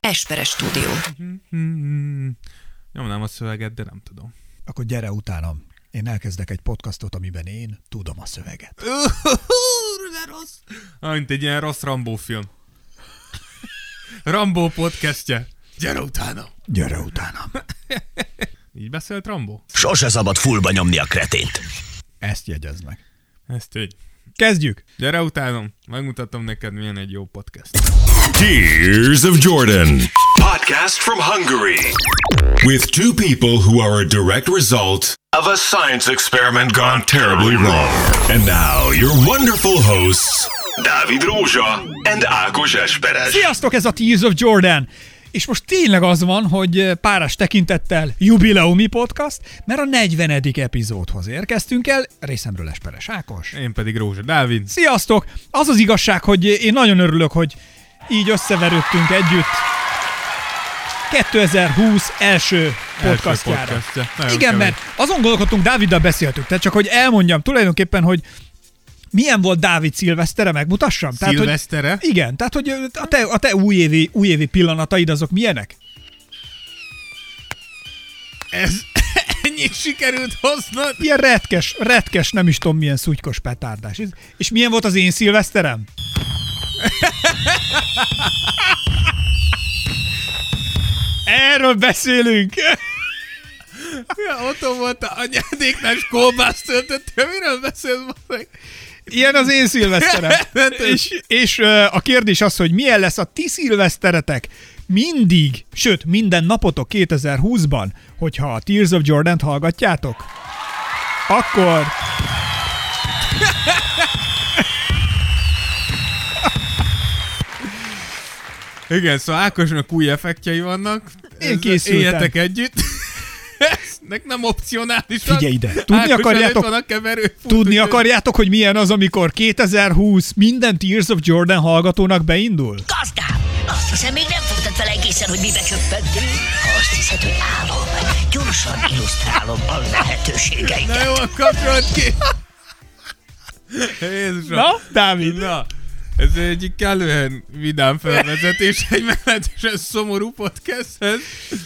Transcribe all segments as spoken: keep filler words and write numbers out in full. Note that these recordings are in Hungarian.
Esperes Stúdió. Nyomnám a szöveget, de nem tudom. Akkor gyere utánam. Én elkezdek egy podcastot, amiben én tudom a szöveget. De rossz. Ah, mint egy ilyen rossz Rambó film. Rambó podcastje. Gyere utánam. Gyere utánam. Így beszélt Rambó? Sose szabad fullba nyomni a kretént. Ezt jegyezd meg. Ezt így. Kezdjük. Gyere utánam. Megmutatom neked, milyen egy jó podcast. Tears of Jordan. Podcast from Hungary. With two people who are a direct result of a science experiment gone terribly wrong. And now your wonderful hosts, Dávid Rózsa and Ákos Esperes. Sziasztok, ez a Tears of Jordan. És most tényleg az van, hogy párás tekintettel jubileumi podcast, mert a negyvenedik epizódhoz érkeztünk el. Részemről Esperes Ákos. Én pedig Rózsa Dávid. Sziasztok! Az az igazság, hogy én nagyon örülök, hogy így összeverődtünk együtt kétezer-húsz első podcastjára. podcastja. Igen, kemény. mert azon gondolkodtunk, Dáviddal beszéltünk, tehát csak hogy elmondjam tulajdonképpen, hogy milyen volt Dávid szilvesztere, megmutassam? Szilvesztere? Tehát, hogy, igen, tehát hogy a te, a te újévi, újévi pillanataid azok milyenek? Ez ennyi sikerült hoznod? Ilyen retkes, retkes, nem is tudom milyen szutykos petárdás. És milyen volt az én szilveszterem? Erről beszélünk! Ja, otthon volt a anyádéknál, és kolbászt töltöttél, miről beszélsz? Ilyen az én szilveszterem. és és uh, a kérdés az, hogy milyen lesz a ti szilveszteretek mindig, sőt, minden napotok kétezer-húszban, hogyha a Tears of Jordan-t hallgatjátok, akkor... Igen, szóval Ákosnak új effektjei vannak. Én készültem. Éljetek együtt. Eznek nem opcionális. Figyelj ide, tudni akarjátok, tudni akarjátok, hogy milyen az, amikor kétezer-húsz minden Tears of Jordan hallgatónak beindul? Gazdám, azt hiszem, még nem fogtad fel egészen, hogy mibe csöppentünk. Ha azt hiszed, hogy álom, gyorsan illusztrálom a lehetőségeiket. Na jó, kapcsolat ki! Jézusom. Na, Dávid? Na, ez egyik kellően vidám felvezetés egy meglehetősen szomorú podcasthez.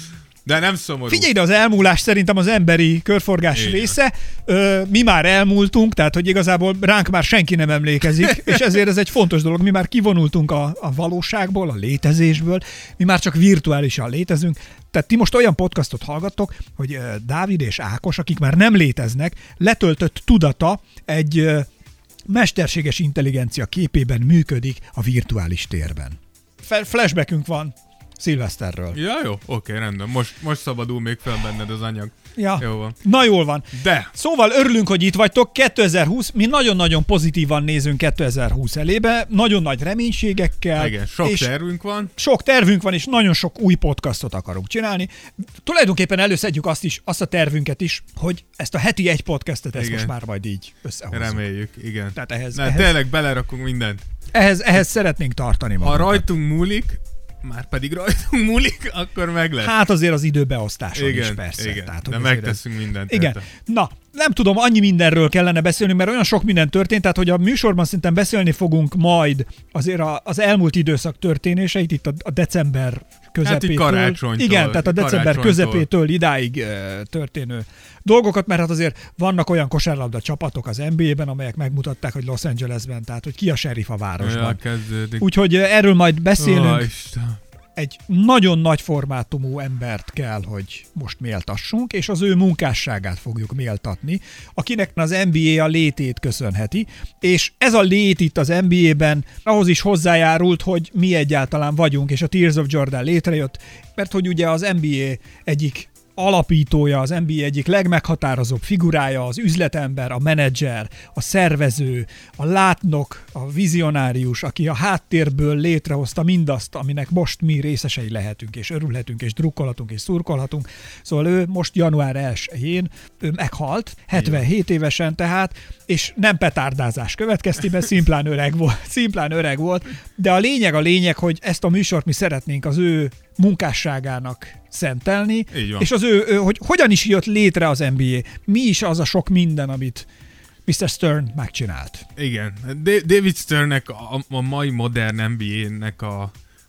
De nem szomorú. Figyelj ide, az elmúlás szerintem az emberi körforgás igen. része. Ö, mi már elmúltunk, tehát hogy igazából ránk már senki nem emlékezik, és ezért ez egy fontos dolog. Mi már kivonultunk a, a valóságból, a létezésből, mi már csak virtuálisan létezünk. Tehát ti most olyan podcastot hallgattok, hogy ö, Dávid és Ákos, akik már nem léteznek, letöltött tudata egy ö, mesterséges intelligencia képében működik a virtuális térben. Flashbackünk van szilveszterről. Ja, jó, oké, rendben. Most, most szabadul még fel benned az anyag. Ja. Jó van. Na jól van. De. Szóval örülünk, hogy itt vagytok. kétezer-húsz, mi nagyon-nagyon pozitívan nézünk kétezer-húsz elébe, nagyon nagy reménységekkel. Igen, sok tervünk van. Sok tervünk van, és nagyon sok új podcastot akarunk csinálni. Tulajdonképpen előszedjük azt is, azt a tervünket is, hogy ezt a heti egy podcastet, ezt igen. most már majd így összehozzuk. Reméljük, igen. Tehát ehhez, Na, ehhez, tényleg belerakunk mindent. Ehhez, ehhez szeretnénk tartani magunkat. Ha rajtunk múlik, már pedig rajtunk múlik, akkor meg lesz. Hát azért az időbeosztáson igen, is persze. Igen, tehát, de megteszünk ez... mindent. Igen. Érte. Na, nem tudom, annyi mindenről kellene beszélni, mert olyan sok minden történt, tehát hogy a műsorban szerintem beszélni fogunk majd azért az elmúlt időszak történéseit, itt a, a december közepétől. Hát karácsonytól. Igen, tehát a december közepétől idáig e, történő dolgokat, mert hát azért vannak olyan kosárlabda csapatok az en bé á-ben, amelyek megmutatták, hogy Los Angelesben, tehát hogy ki a sheriff a városban. Ja, úgyhogy erről majd beszélünk. Oh, Isten. Egy nagyon nagy formátumú embert kell, hogy most méltassunk, és az ő munkásságát fogjuk méltatni, akinek az en bé á a létét köszönheti, és ez a lét itt az en bé á-ben ahhoz is hozzájárult, hogy mi egyáltalán vagyunk, és a Tears of Jordan létrejött, mert hogy ugye az en bé á egyik alapítója, az en bé á egyik legmeghatározóbb figurája, az üzletember, a menedzser, a szervező, a látnok, a vizionárius, aki a háttérből létrehozta mindazt, aminek most mi részesei lehetünk, és örülhetünk, és drukkolhatunk, és szurkolhatunk. Szóval ő most január elsején ő meghalt, hetvenhét évesen tehát, és nem petárdázás következtében, szimplán öreg volt, szimplán öreg volt, de a lényeg a lényeg, hogy ezt a műsort mi szeretnénk az ő munkásságának szentelni, és az ő, ő, hogy hogyan is jött létre az en bé á, mi is az a sok minden, amit miszter Stern megcsinált. Igen, David Sternnek a, a mai modern en bé á-nek a,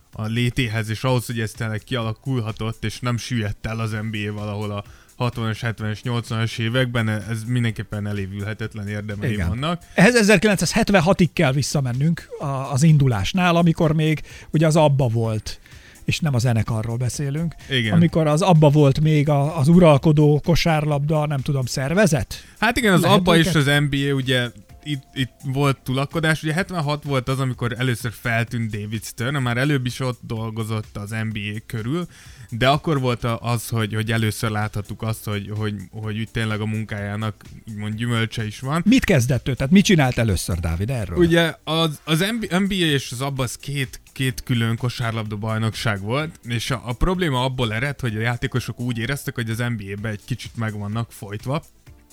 a létéhez, és ahhoz, hogy ez tényleg kialakulhatott, és nem süllyedt el az en bé á valahol a hatvanas, hetvenes, nyolcvanas években, ez mindenképpen elévülhetetlen érdemei Igen. vannak. Ehhez ezerkilencszázhetvenhatig kell visszamennünk az indulásnál, amikor még ugye az Abba volt, és nem a zenekarról beszélünk. Igen. Amikor az Abba volt még a, az uralkodó kosárlabda, nem tudom, szervezet? Hát igen, az Lehet Abba és őket? az en bé á ugye itt, itt volt tulakodás. Ugye hetvenhat volt az, amikor először feltűnt David Stern, már előbb is ott dolgozott az en bé á körül, de akkor volt az, hogy, hogy először láthattuk azt, hogy, hogy, hogy tényleg a munkájának úgymond gyümölcse is van. Mit kezdett ő? Tehát mit csinált először, Dávid, erről? Ugye az, az en bé á és az Abba az két, két külön kosárlabda bajnokság volt, és a, a probléma abból ered, hogy a játékosok úgy éreztek, hogy az en bé á-be egy kicsit meg vannak folytva,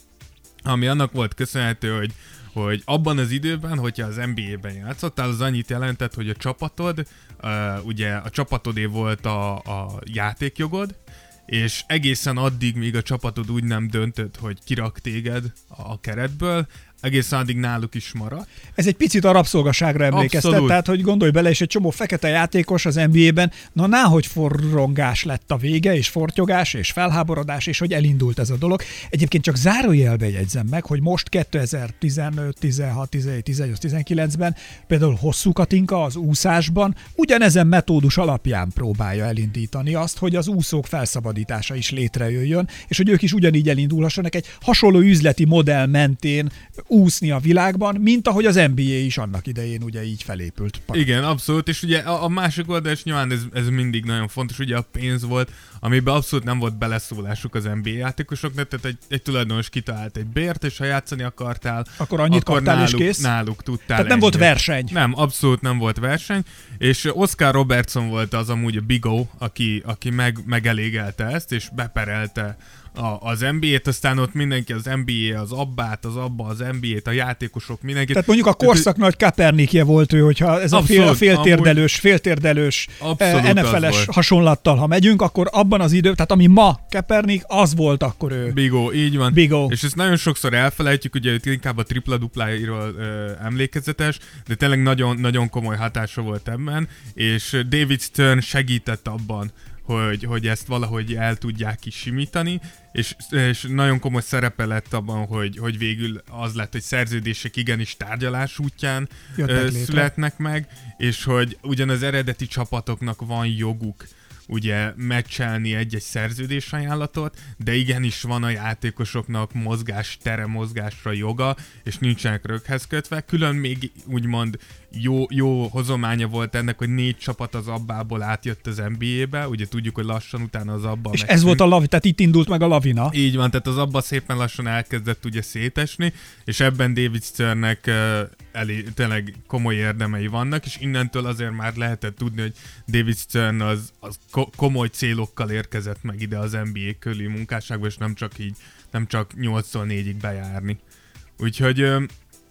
ami annak volt köszönhető, hogy hogy abban az időben, hogyha az en bé á-ben játszottál, az annyit jelentett, hogy a csapatod, uh, ugye a csapatodé volt a, a játékjogod, és egészen addig, míg a csapatod úgy nem döntött, hogy kirak téged a keretből, egészen addig náluk is maradt. Ez egy picit a rabszolgaságra emlékeztet, Abszolút. tehát hogy gondolj bele, és egy csomó fekete játékos az en bé á-ben, na náhogy forrongás lett a vége, és fortyogás, és felháborodás, és hogy elindult ez a dolog. Egyébként csak zárójelbe jegyzem meg, hogy most kétezer-tizenöt, tizenhat, tizenhét, tizennyolc, tizenkilencben például Hosszú Katinka az úszásban ugyanezen metódus alapján próbálja elindítani azt, hogy az úszók felszabadítása is létrejöjjön, és hogy ők is ugyanígy elindulhassanak egy hasonló üzleti modell mentén úszni a világban, mint ahogy az en bé á is annak idején ugye így felépült. Igen, abszolút, és ugye a, a másik oldal is nyilván ez, ez mindig nagyon fontos, ugye a pénz volt, amiben abszolút nem volt beleszólásuk az en bé á játékosoknak, tehát egy, egy tulajdonos kitalált egy bért, és ha játszani akartál, akkor annyit akkor kaptál, náluk, és kész? náluk tudtál. Tehát nem ennyi. volt verseny. Nem, abszolút nem volt verseny, és Oscar Robertson volt az amúgy a Big O, aki, aki meg, megelégelte ezt, és beperelte a, az en bé á-t, aztán ott mindenki, az en bé á, az Abbát, az Abba, az en bé á-t, a játékosok, mindenki. Tehát mondjuk a korszak nagy Kaepernickje volt ő, hogyha ez Abszolút, a fél, féltérdelős, féltérdelős en ef el-es hasonlattal, ha megyünk, akkor abban az idő, tehát ami ma Kaepernick, az volt akkor ő. Big O, így van. Big O. És ezt nagyon sokszor elfelejtjük, ugye itt inkább a tripla-dupláiról ö, emlékezetes, de tényleg nagyon, nagyon komoly hatása volt ebben, és David Stern segített abban, hogy, hogy ezt valahogy el tudják is simítani, és, és nagyon komoly szerepe lett abban, hogy, hogy végül az lett, hogy szerződések igenis tárgyalás útján ö, születnek meg, és hogy ugyan az eredeti csapatoknak van joguk ugye meccselni egy-egy szerződésajánlatot, de igenis van a játékosoknak mozgás tere, mozgásra joga, és nincsenek röghez kötve. Külön még úgymond jó, jó hozománya volt ennek, hogy négy csapat az Abbából átjött az en bé á-be, ugye tudjuk, hogy lassan utána az Abba És megszűnt. ez volt a lavina, tehát itt indult meg a lavina. Így van, tehát az Abba szépen lassan elkezdett ugye szétesni, és ebben David Sternnek uh, elé, tényleg komoly érdemei vannak, és innentől azért már lehetett tudni, hogy David Stern az, az ko- komoly célokkal érkezett meg ide az en bé á körüli munkásságba, és nem csak így, nem csak nyolctól négyig bejárni. Úgyhogy uh,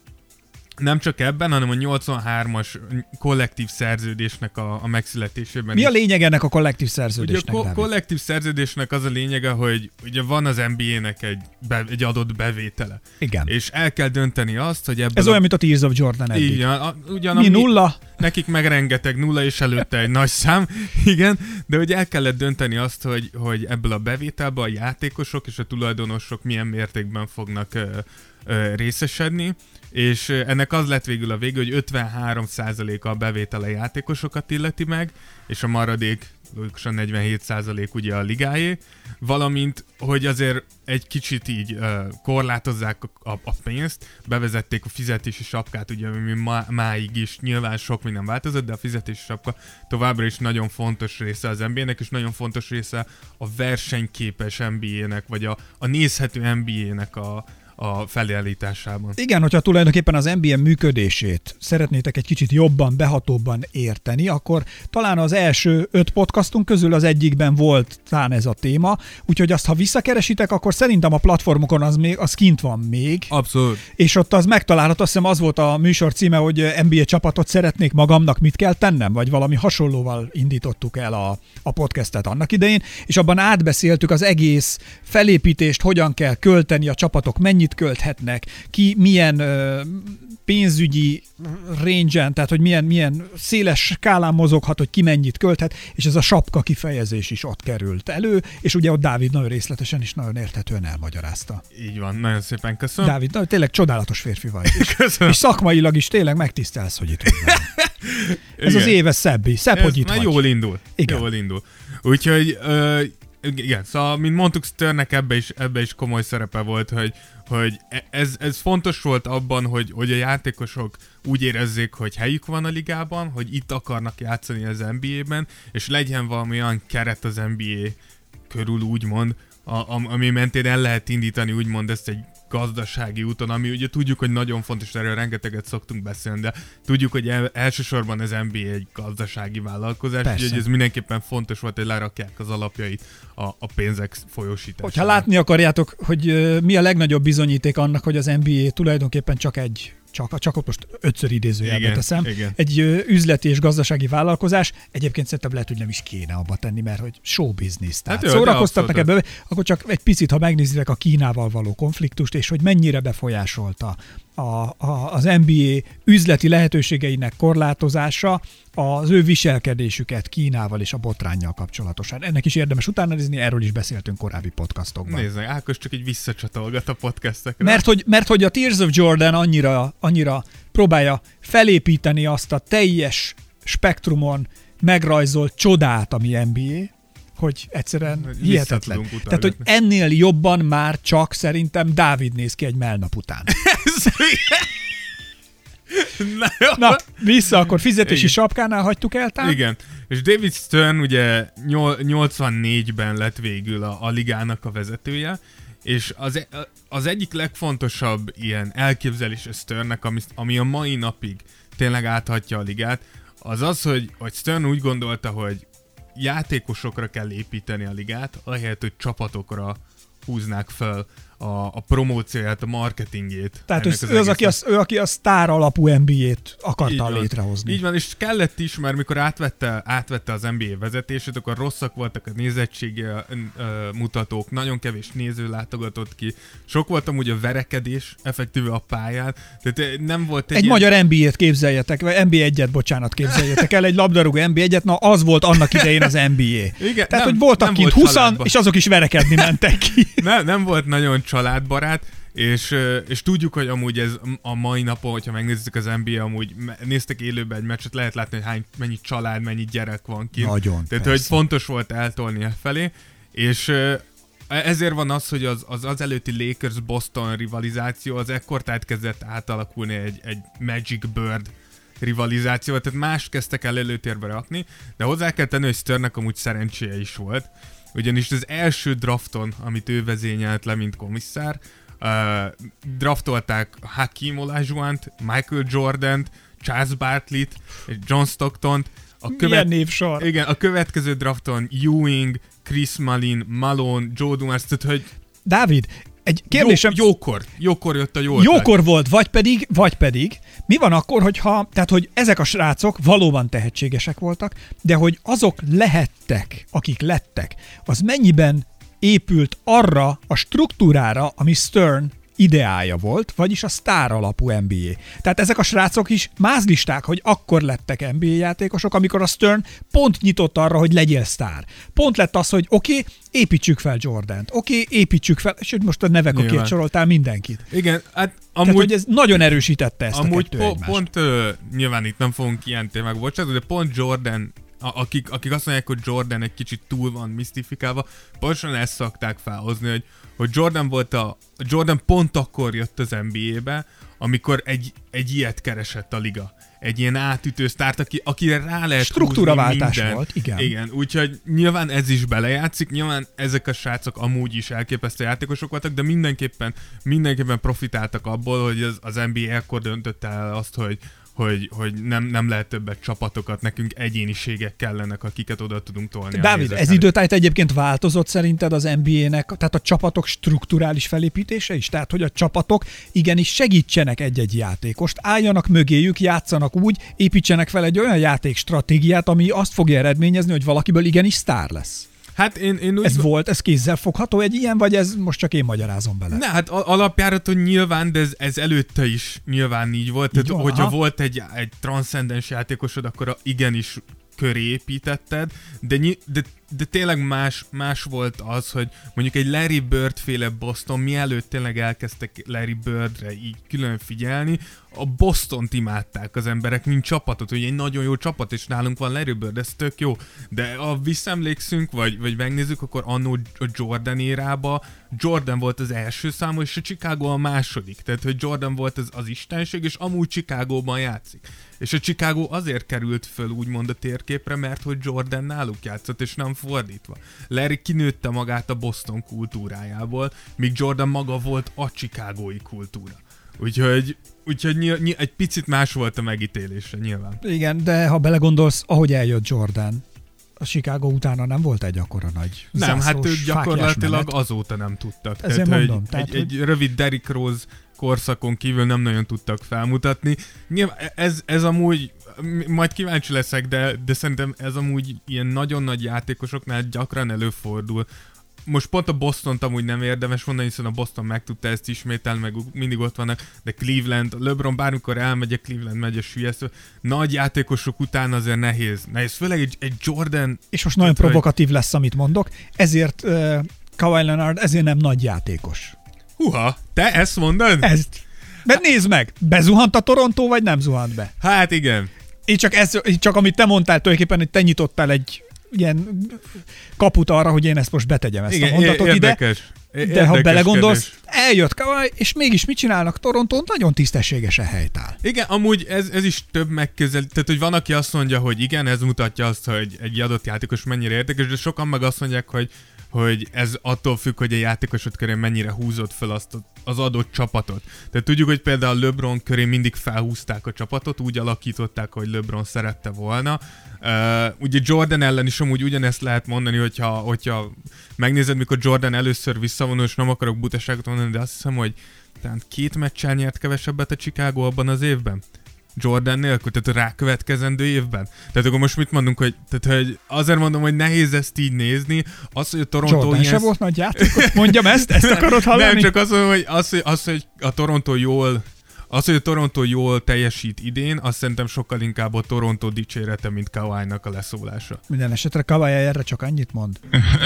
nem csak ebben, hanem a nyolcvanhármas kollektív szerződésnek a, a megszületésében. Mi a is. lényeg ennek a kollektív szerződésnek? Ugye a ko- kollektív szerződésnek az a lényege, hogy ugye van az en bé á-nek egy, be- egy adott bevétele. Igen. És el kell dönteni azt, hogy ebből Ez a... olyan, mint a Tears of Jordan eddig. Így, a, ugyan, Mi ami, nulla? Nekik meg rengeteg nulla, és előtte egy nagy szám, igen, de hogy el kellett dönteni azt, hogy, hogy ebből a bevételből a játékosok és a tulajdonosok milyen mértékben fognak ö, ö, részesedni, és ennek az lett végül a vége, hogy ötvenhárom százaléka a bevétele játékosokat illeti meg, és a maradék logikusan negyvenhét százalék ugye a ligáé, valamint, hogy azért egy kicsit így uh, korlátozzák a, a pénzt, bevezették a fizetési sapkát, ugye, ami má, máig is nyilván sok minden változott, de a fizetési sapka továbbra is nagyon fontos része az en bé á-nek, és nagyon fontos része a versenyképes en bé á-nek, vagy a, a nézhető en bé á-nek a a felállításában. Igen, hogyha tulajdonképpen az en bé á működését szeretnétek egy kicsit jobban, behatóbban érteni, akkor talán az első öt podcastunk közül az egyikben volt talán ez a téma, úgyhogy azt, ha visszakeresitek, akkor szerintem a platformokon az, még, az kint van még. Abszolút. És ott az megtalálható, azt hiszem az volt a műsor címe, hogy en bé á csapatot szeretnék magamnak, mit kell tennem, vagy valami hasonlóval indítottuk el a, a podcastet annak idején, és abban átbeszéltük az egész felépítést, hogyan kell költeni a csapatok, mennyit mennyit költhetnek, ki milyen ö, pénzügyi range-en, tehát hogy milyen, milyen széles skálán mozoghat, hogy ki mennyit költhet, és ez a sapka kifejezés is ott került elő, és ugye ott Dávid nagyon részletesen és nagyon érthetően elmagyarázta. Így van, nagyon szépen köszönöm. Dávid, na, tényleg csodálatos férfi vagy. Köszönöm. És szakmailag is tényleg megtisztelsz, hogy itt vagy. Ez az éves szebbi. Szebb, Ez hogy itt már vagy. jól indul. Igen. Jól indul. Úgyhogy ö, igen, szóval, mint mondtuk, Sternnek ebbe is, ebbe is komoly szerepe volt, hogy, hogy ez, ez fontos volt abban, hogy, hogy a játékosok úgy érezzék, hogy helyük van a ligában, hogy itt akarnak játszani az en bé á-ben, és legyen valami olyan keret az en bé á körül, úgymond, a, ami mentén el lehet indítani, úgymond ezt egy gazdasági úton, ami ugye tudjuk, hogy nagyon fontos, erről rengeteget szoktunk beszélni, de tudjuk, hogy el, elsősorban az en bé á egy gazdasági vállalkozás, úgyhogy ez mindenképpen fontos volt, hogy lerakják az alapjait a, a pénzek folyósítására. Hogyha látni akarjátok, hogy uh, mi a legnagyobb bizonyíték annak, hogy az en bé á tulajdonképpen csak egy Csak, csak ott most ötször idézőjelbe teszem. Igen. Egy ö, üzleti és gazdasági vállalkozás, egyébként szerintem lehet, hogy nem is kéne abba tenni, mert hogy show business. Tehát hát szórakoztatnak ebből, akkor csak egy picit, ha megnézitek a Kínával való konfliktust, és hogy mennyire befolyásolta a, a, az en bé á üzleti lehetőségeinek korlátozása az ő viselkedésüket Kínával és a botránnyal kapcsolatosan. Ennek is érdemes utána nézni, erről is beszéltünk korábbi podcastokban. Nézd meg, Ákos csak így visszacsatolgat a podcastekre. Mert hogy, mert hogy a Tears of Jordan annyira, annyira próbálja felépíteni azt a teljes spektrumon megrajzolt csodát, ami en bé á, hogy egyszerűen hihetetlen. Tehát, hogy ennél jobban már csak szerintem Dávid néz ki egy melnap után. Na, jó. Na, vissza, akkor fizetési Igen. sapkánál hagytuk el tám? Igen, és David Stern ugye nyolcvannégyben lett végül a, a ligának a vezetője, és az, az egyik legfontosabb ilyen elképzelés Sternnek, ami, ami a mai napig tényleg áthatja a ligát, az az, hogy, hogy Stern úgy gondolta, hogy játékosokra kell építeni a ligát, ahelyett, hogy csapatokra húznák fel a, a promócióját, a marketingjét. Tehát ő az, az, aki az, ő, aki a sztár alapú en bé á-t akarta létrehozni. Így van, és kellett is, mert mikor átvette, átvette az en bé á vezetését, akkor rosszak voltak a nézettségi mutatók, nagyon kevés néző látogatott ki, sok volt amúgy a verekedés effektíve a pályán, tehát nem volt egy Egy ilyen... magyar en bé á-t képzeljetek, vagy en bé egyet, bocsánat, képzeljetek el, egy labdarúgó en bé egyet, na az volt annak idején az en bé á. Igen, Tehát, nem, hogy voltak kint volt húszan, és azok is verekedni mentek ki. Nem, nem volt nagyon családbarát, és, és tudjuk, hogy amúgy ez a mai napon, hogyha megnézzük az en bé á, amúgy néztek élőben egy meccset, lehet látni, hogy hány, mennyi család, mennyi gyerek van kint. Nagyon, Tehát, persze. hogy fontos volt eltolni e felé, és ezért van az, hogy az, az, az előtti Lakers-Boston rivalizáció, az ekkortát kezdett átalakulni egy, egy Magic Bird rivalizáció, tehát más kezdtek el előtérbe rakni, de hozzá kell tenni, hogy Sternnek amúgy szerencséje is volt, ugyanis az első drafton, amit ő vezényelt le, mint komisszár, uh, draftolták Hakeem Olajuwont, Michael Jordant, Charles Barkleyt, John Stocktont. A követ... Milyen névsor? Igen, a következő drafton Ewing, Chris Mullin, Malone, Joe Dumars, tehát hogy... Dávid, egy kérdésem... Jó, jókor, jókor jött a jó Jókor volt, vagy pedig, vagy pedig, mi van akkor, hogyha, tehát hogy ezek a srácok valóban tehetségesek voltak, de hogy azok lehettek, akik lettek, az mennyiben épült arra a struktúrára, ami Stern ideája volt, vagyis a sztár alapú en bé á. Tehát ezek a srácok is mázlisták, hogy akkor lettek en bé á játékosok, amikor a Stern pont nyitott arra, hogy legyél sztár. Pont lett az, hogy oké, okay, építsük fel Jordant, oké, okay, építsük fel, és most a nevek oké, soroltál mindenkit. Igen, hát amúgy... Tehát, hogy ez nagyon erősítette ezt amúgy a kettő po- egymást. Pont, ö, nyilván itt nem fogunk ilyen témákba bocsánat, de pont Jordan, a- akik, akik azt mondják, hogy Jordan egy kicsit túl van misztifikálva, pontosan ezt szokták felhozni, hogy hogy Jordan volt a... Jordan pont akkor jött az en bé á-be, amikor egy, egy ilyet keresett a liga. Egy ilyen átütő sztárt, aki, akire rá lehet struktúraváltás volt, igen. Igen, úgyhogy nyilván ez is belejátszik, nyilván ezek a srácok amúgy is elképesztő játékosok voltak, de mindenképpen, mindenképpen profitáltak abból, hogy az, az en bé á akkor döntötte el azt, hogy hogy, hogy nem, nem lehet többet csapatokat, nekünk egyéniségek kellenek, akiket oda tudunk tolni. Dávid, ez időtájt egyébként változott szerinted az en bé á-nek, tehát a csapatok strukturális felépítése is? Tehát, hogy a csapatok igenis segítsenek egy-egy játékost, álljanak mögéjük, játszanak úgy, építsenek fel egy olyan játékstratégiát, ami azt fogja eredményezni, hogy valakiből igenis sztár lesz. Hát én, én úgy... Ez volt, ez kézzel fogható egy ilyen, vagy ez most csak én magyarázom bele? Ne, hát alapjáraton nyilván, de ez, ez előtte is nyilván így volt. Így Tehát, hogyha aha. volt egy, egy transzcendens játékosod, akkor a, igenis köré építetted, de, de, de tényleg más, más volt az, hogy mondjuk egy Larry Bird féle Boston, mielőtt tényleg elkezdtek Larry Birdre így külön figyelni, a Bostont imádták az emberek, mint csapatot, hogy egy nagyon jó csapat, és nálunk van Larry Bird, ez tök jó, de ha visszaemlékszünk, vagy, vagy megnézzük, akkor annó a Jordan érába Jordan volt az első számú, és a Chicago a második, tehát hogy Jordan volt az, az istenség, és amúgy Chicagóban játszik. És a Chicago azért került föl úgymond a térképre, mert hogy Jordan náluk játszott, és nem fordítva. Larry kinőtte magát a Boston kultúrájából, míg Jordan maga volt a chicagói kultúra. Úgyhogy, úgyhogy ny- ny- egy picit más volt a megítélése nyilván. Igen, de ha belegondolsz, ahogy eljött Jordan, a Chicago utána nem volt egy akkora nagy Nem, hát ők gyakorlatilag menet. azóta nem tudtak. Ezért tehát, mondom. Egy, Tehát, egy, hogy... egy rövid Derrick Rose korszakon kívül nem nagyon tudtak felmutatni. Nyilván ez, ez amúgy, majd kíváncsi leszek, de, de szerintem ez amúgy ilyen nagyon nagy játékosoknál gyakran előfordul. Most pont a Bostont amúgy nem érdemes mondani, hiszen a Boston meg tudta ezt ismételni, meg mindig ott vannak, de Cleveland, LeBron bármikor elmegy, a Cleveland megy a sülyeztő. Nagy játékosok után azért nehéz. Nehéz, főleg egy, egy Jordan... És most nagyon provokatív lesz, amit mondok, ezért uh, Kawhi Leonard ezért nem nagy játékos. Húha, te ezt mondod? Ezt. De nézd meg, bezuhant a Toronto, vagy nem zuhant be? Hát igen. Én csak, ez, csak amit te mondtál tulajdonképpen, hogy te nyitottál egy ilyen kaput arra, hogy én ezt most betegyem ezt igen, a mondatot érdekes. ide. Érdekes, de ha belegondolsz, kérdés. eljött Kawhi, és mégis mit csinálnak Toronton? Nagyon tisztességesen helytáll. Igen, amúgy ez, ez is több megközelítés. Tehát, hogy van, aki azt mondja, hogy igen, ez mutatja azt, hogy egy adott játékos mennyire érdekes, de sokan meg azt mondják, hogy hogy ez attól függ, hogy a játékosod köré mennyire húzott fel azt az adott csapatot. Tehát tudjuk, hogy például LeBron köré mindig felhúzták a csapatot, úgy alakították, hogy LeBron szerette volna. Uh, ugye Jordan ellen is amúgy ugyanezt lehet mondani, hogyha, hogyha megnézed, mikor Jordan először visszavonul, és nem akarok butaságot mondani, de azt hiszem, hogy talán két meccsel nyert kevesebbet a Chicago abban az évben. Jordan nélkül, tehát a rákövetkezendő évben. Tehát akkor most mit mondunk, hogy, tehát, hogy azért mondom, hogy nehéz ezt így nézni, az, hogy a Toronto Jordan ilyen... sem volt nagy játékos? Mondjam ezt? Ezt akarod hallani? Nem, csak azt mondom, hogy az, hogy, az, hogy a Toronto jól Az, hogy a Toronto jól teljesít idén, azt szerintem sokkal inkább a Toronto dicsérete, mint Kawhi-nak a leszólása. Minden esetre Kawhi erre csak annyit mond.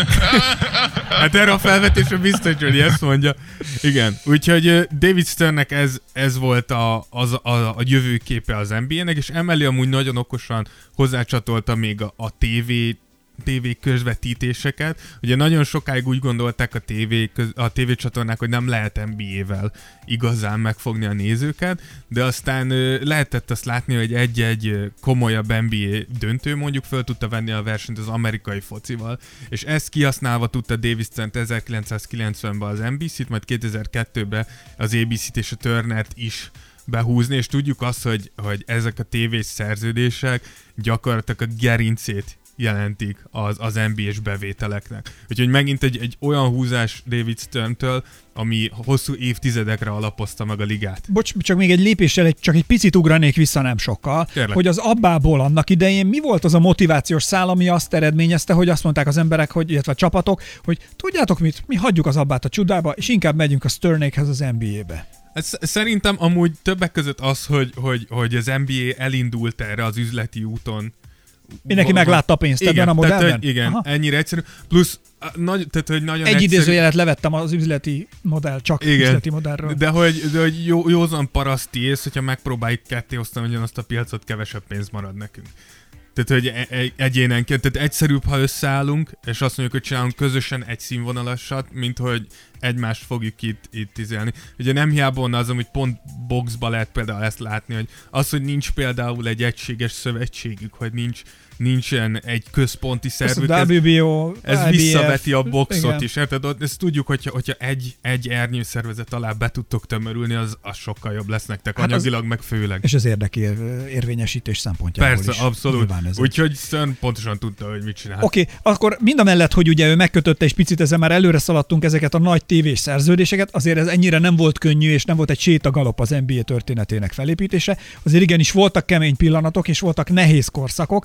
Hát erre a felvetésre biztos, hogy ezt mondja. Igen, úgyhogy David Sternnek ez, ez volt a, az, a, a jövőképe az en bé á-nek, és emellé amúgy nagyon okosan hozzácsatolta még a, a tévé tévé közvetítéseket. Ugye nagyon sokáig úgy gondolták a tévé, köz, a tévécsatornák, hogy nem lehet en bé á-vel igazán megfogni a nézőket, de aztán lehetett azt látni, hogy egy-egy komolyabb en bé á döntő mondjuk föl tudta venni a versenyt az amerikai focival, és ezt kihasználva tudta David Stern ezerkilencszázkilencvenben az en bé cét, majd kétezer-kettőben az á bé cét és a Turnert is behúzni, és tudjuk azt, hogy, hogy ezek a tévés szerződések gyakorlatilag a gerincét jelentik az, az en bé á-s bevételeknek. Úgyhogy megint egy, egy olyan húzás David Sterntől, ami hosszú évtizedekre alapozta meg a ligát. Bocs, csak még egy lépéssel, egy, csak egy picit ugranék vissza nem sokkal, Kérlek. Hogy az abbából annak idején mi volt az a motivációs szál, ami azt eredményezte, hogy azt mondták az emberek, hogy, illetve a csapatok, hogy tudjátok mit, mi hagyjuk az abbát a csudába, és inkább megyünk a Sternékhez az en bé á-be. Ez szerintem amúgy többek között az, hogy, hogy, hogy az en bé á elindult erre az üzleti úton. Mindenki meglátta a pénzt igen, ebben a modellben? Tehát, hogy igen, Aha. ennyire egyszerű. Plusz nagy, tehát, hogy nagyon egy egyszerű... idézőjelet levettem az üzleti modell, csak igen, üzleti modellről. De hogy, de hogy jó, józan paraszti ész, hogyha megpróbáljuk ketté osztani ugyanazt a piacot, kevesebb pénz marad nekünk. Tehát, hogy egy, egyénenként, tehát egyszerűbb, ha összeállunk, és azt mondjuk, hogy csinálunk közösen egy színvonalasat, mint hogy egymást fogjuk itt, itt izélni. Ugye nem hiába az, amit pont boxba lehet például ezt látni, hogy az, hogy nincs például egy egységes szövetségük, hogy nincs nincsen egy központi szervük, ez, dupla bé o, ez I B F, visszaveti a boxot igen. is, érted? Ezt tudjuk, hogyha, hogyha egy, egy ernyő szervezet alá be tudtok tömörülni, az, az sokkal jobb lesz nektek, hát anyagilag, az, meg főleg. És az érdekér érvényesítés szempontjából Persze, is. abszolút. Úgyhogy Stern pontosan tudta, hogy mit csinál. Oké, okay, akkor mind a mellett, hogy ugye ő megkötötte, és picit ezzel már előre szaladtunk ezeket a nagy tévés szerződéseket, azért ez ennyire nem volt könnyű, és nem volt egy sétagalop az en bé á történetének felépítése. Azért igenis voltak kemény pillanatok, és voltak nehéz korszakok, és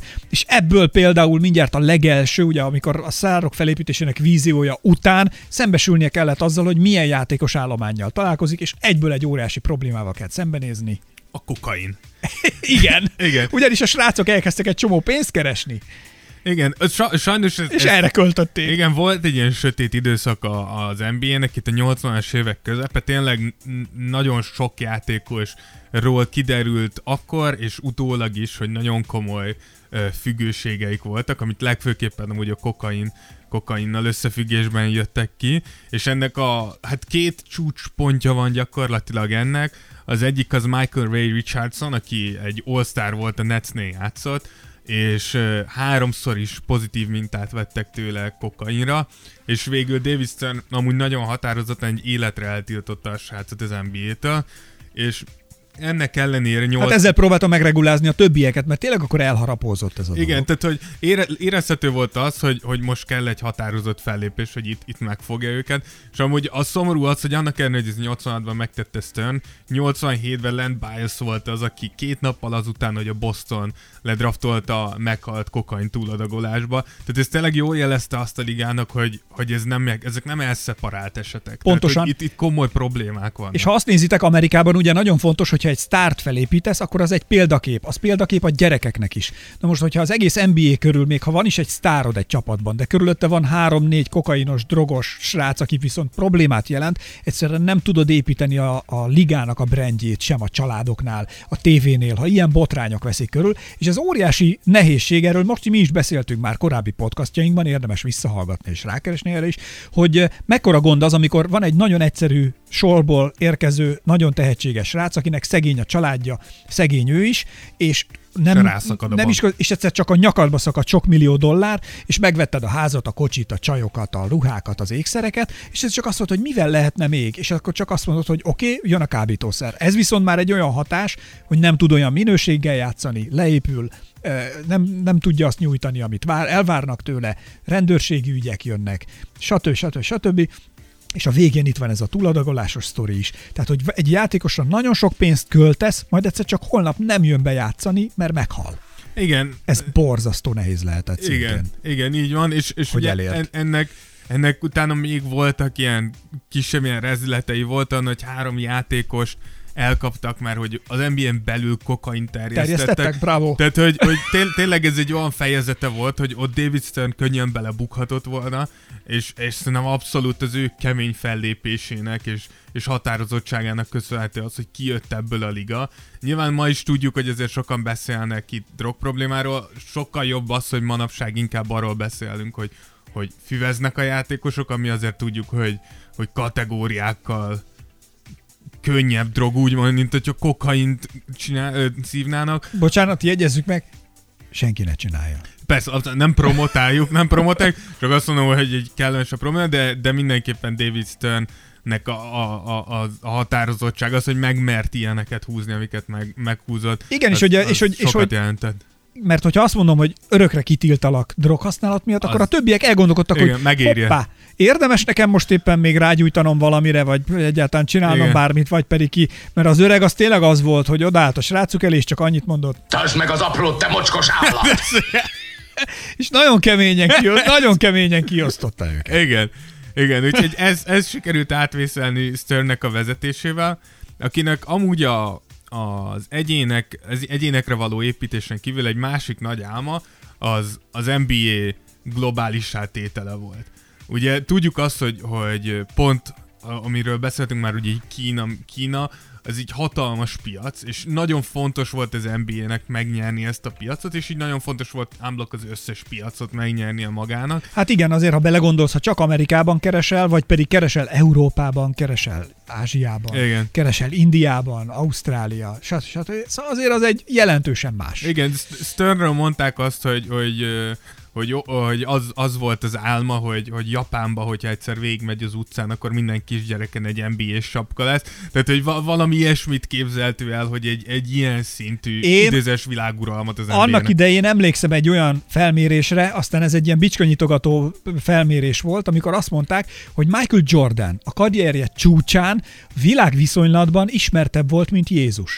ebből például mindjárt a legelső, ugye amikor a sztárok felépítésének víziója után szembesülnie kellett azzal, hogy milyen játékos állománnyal találkozik, és egyből egy óriási problémával kell szembenézni. A kokain. Igen. Igen. Ugyanis a srácok elkezdtek egy csomó pénzt keresni. Igen, sajnos... Ez, és ez, erre költötték. Igen, volt egy ilyen sötét időszaka az en bé á-nek, itt a nyolcvanas évek közepe, tényleg nagyon sok játékosról kiderült akkor, és utólag is, hogy nagyon komoly uh, függőségeik voltak, amit legfőképpen amúgy a kokain, kokainnal összefüggésben jöttek ki, és ennek a, hát két csúcspontja van gyakorlatilag ennek. Az egyik az Michael Ray Richardson, aki egy All-Star volt, a Netsnél játszott, és uh, háromszor is pozitív mintát vettek tőle kokainra, és végül David Stern amúgy nagyon határozottan egy életre eltiltotta a srácot az en bé á-től, és ennek ellenére nyolc... Hát ezzel próbáltam megregulázni a többieket, mert tényleg akkor elharapózott ez a Igen, dolog. tehát hogy ére, érezhető volt az, hogy, hogy most kell egy határozott fellépés, hogy itt, itt megfogja őket, és amúgy a szomorú az, hogy annak ellenére, hogy ez nyolcvanhatban megtette Stern, nyolcvanhétben Len Bias volt az, aki két nappal azután, hogy a Boston ledraftolta, meghalt kokain túladagolásba. Tehát ez tényleg jól jelezte azt a ligának, hogy, hogy ez nem, ezek nem elszeparált esetek. Pontosan. Tehát, itt, itt komoly problémák vannak. És ha azt nézitek, Amerikában ugye nagyon fontos, hogyha egy sztárt felépítesz, akkor az egy példakép. Az példakép a gyerekeknek is. Na most, hogyha az egész en bé á körül, még ha van is egy sztárod egy csapatban, de körülötte van három-négy kokainos, drogos srác, aki viszont problémát jelent, egyszerűen nem tudod építeni a, a ligának a brandjét, sem a családoknál, a tévénél, ha ilyen botrányok veszik körül, és ez óriási nehézség, erről most mi is beszéltünk már korábbi podcastjainkban, érdemes visszahallgatni és rákeresni erre is, hogy mekkora gond az, amikor van egy nagyon egyszerű sorból érkező, nagyon tehetséges srác, akinek szegény a családja, szegény ő is, és nem, nem is, és egyszer csak a nyakadba szakad sok millió dollár, és megvetted a házat, a kocsit, a csajokat, a ruhákat, az ékszereket, és ez csak azt mondod, hogy mivel lehetne még, és akkor csak azt mondod, hogy oké, okay, jön a kábítószer. Ez viszont már egy olyan hatás, hogy nem tud olyan minőséggel játszani, leépül, nem, nem tudja azt nyújtani, amit vár, elvárnak tőle, rendőrségi ügyek jönnek, stb. stb. stb. És a végén itt van ez a túladagolásos sztori is. Tehát, hogy egy játékosra nagyon sok pénzt költesz, majd egyszer csak holnap nem jön be játszani, mert meghal. Igen. Ez borzasztó nehéz lehetett szintén. Igen, igen, így van, és, és hogy ugye en, ennek, ennek utána még voltak ilyen kisebb ilyen rezületei, voltak, hogy három játékost elkaptak már, hogy az en bé á-n belül kokain terjesztettek. Terjesztettek, bravo. Tehát, hogy, hogy té- tényleg ez egy olyan fejezete volt, hogy ott David Stern könnyen belebukhatott volna, és, és szerintem abszolút az ő kemény fellépésének és, és határozottságának köszönhető az, hogy kijött ebből a liga. Nyilván ma is tudjuk, hogy ezért sokan beszélnek itt drog problémáról, sokkal jobb az, hogy manapság inkább arról beszélünk, hogy, hogy füveznek a játékosok, ami azért tudjuk, hogy, hogy kategóriákkal könnyebb drog, úgymond, mint hogyha kokaint csinál, ö, szívnának. Bocsánat, jegyezzük meg, senki ne csinálja. Persze, nem promotáljuk, nem promotáljuk, csak azt mondom, hogy egy kellemes a probléma, de, de mindenképpen David Sternnek a, a, a, a határozottság az, hogy megmert ilyeneket húzni, amiket meg, meghúzott. Igen, az, és, ugye, az és, hogy, és hogy jelentett. Mert hogyha azt mondom, hogy örökre kitiltalak droghasználat miatt, az, akkor a többiek elgondolkodtak, igen, hogy megéri. Hoppá, érdemes nekem most éppen még rágyújtanom valamire, vagy egyáltalán csinálnom igen. bármit, vagy pedig ki. Mert az öreg az tényleg az volt, hogy odaállt a srácuk elé, és csak annyit mondott. Tartsd meg az aprót, te mocskos állat! És nagyon keményen, ki, nagyon keményen kiosztotta őket. Igen, igen, úgyhogy ez, ez sikerült átvészelni Sternnek a vezetésével, akinek amúgy a az egyének, az egyénekre való építésen kívül egy másik nagy álma az az en bé á globálissá tétele volt. Ugye tudjuk azt, hogy, hogy pont amiről beszéltünk már, ugye Kína, Kína az így hatalmas piac, és nagyon fontos volt az en bé á-nek megnyerni ezt a piacot, és így nagyon fontos volt unblock az összes piacot megnyernie magának. Hát igen, azért, ha belegondolsz, ha csak Amerikában keresel, vagy pedig keresel Európában, keresel Ázsiában, igen. keresel Indiában, Ausztrália, stb. Szóval azért az egy jelentősen más. Igen, Sternről mondták azt, hogy, hogy hogy, hogy az, az volt az álma, hogy, hogy Japánba, hogyha egyszer végigmegy az utcán, akkor minden kisgyereken egy en bé á-s sapka lesz. Tehát, hogy va- valami ilyesmit képzelt ő el, hogy egy, egy ilyen szintű Én idézes világuralmat az en bé á-nek. Annak idején emlékszem egy olyan felmérésre, aztán ez egy ilyen bicskanyitogató felmérés volt, amikor azt mondták, hogy Michael Jordan a karrierje csúcsán világviszonylatban ismertebb volt, mint Jézus.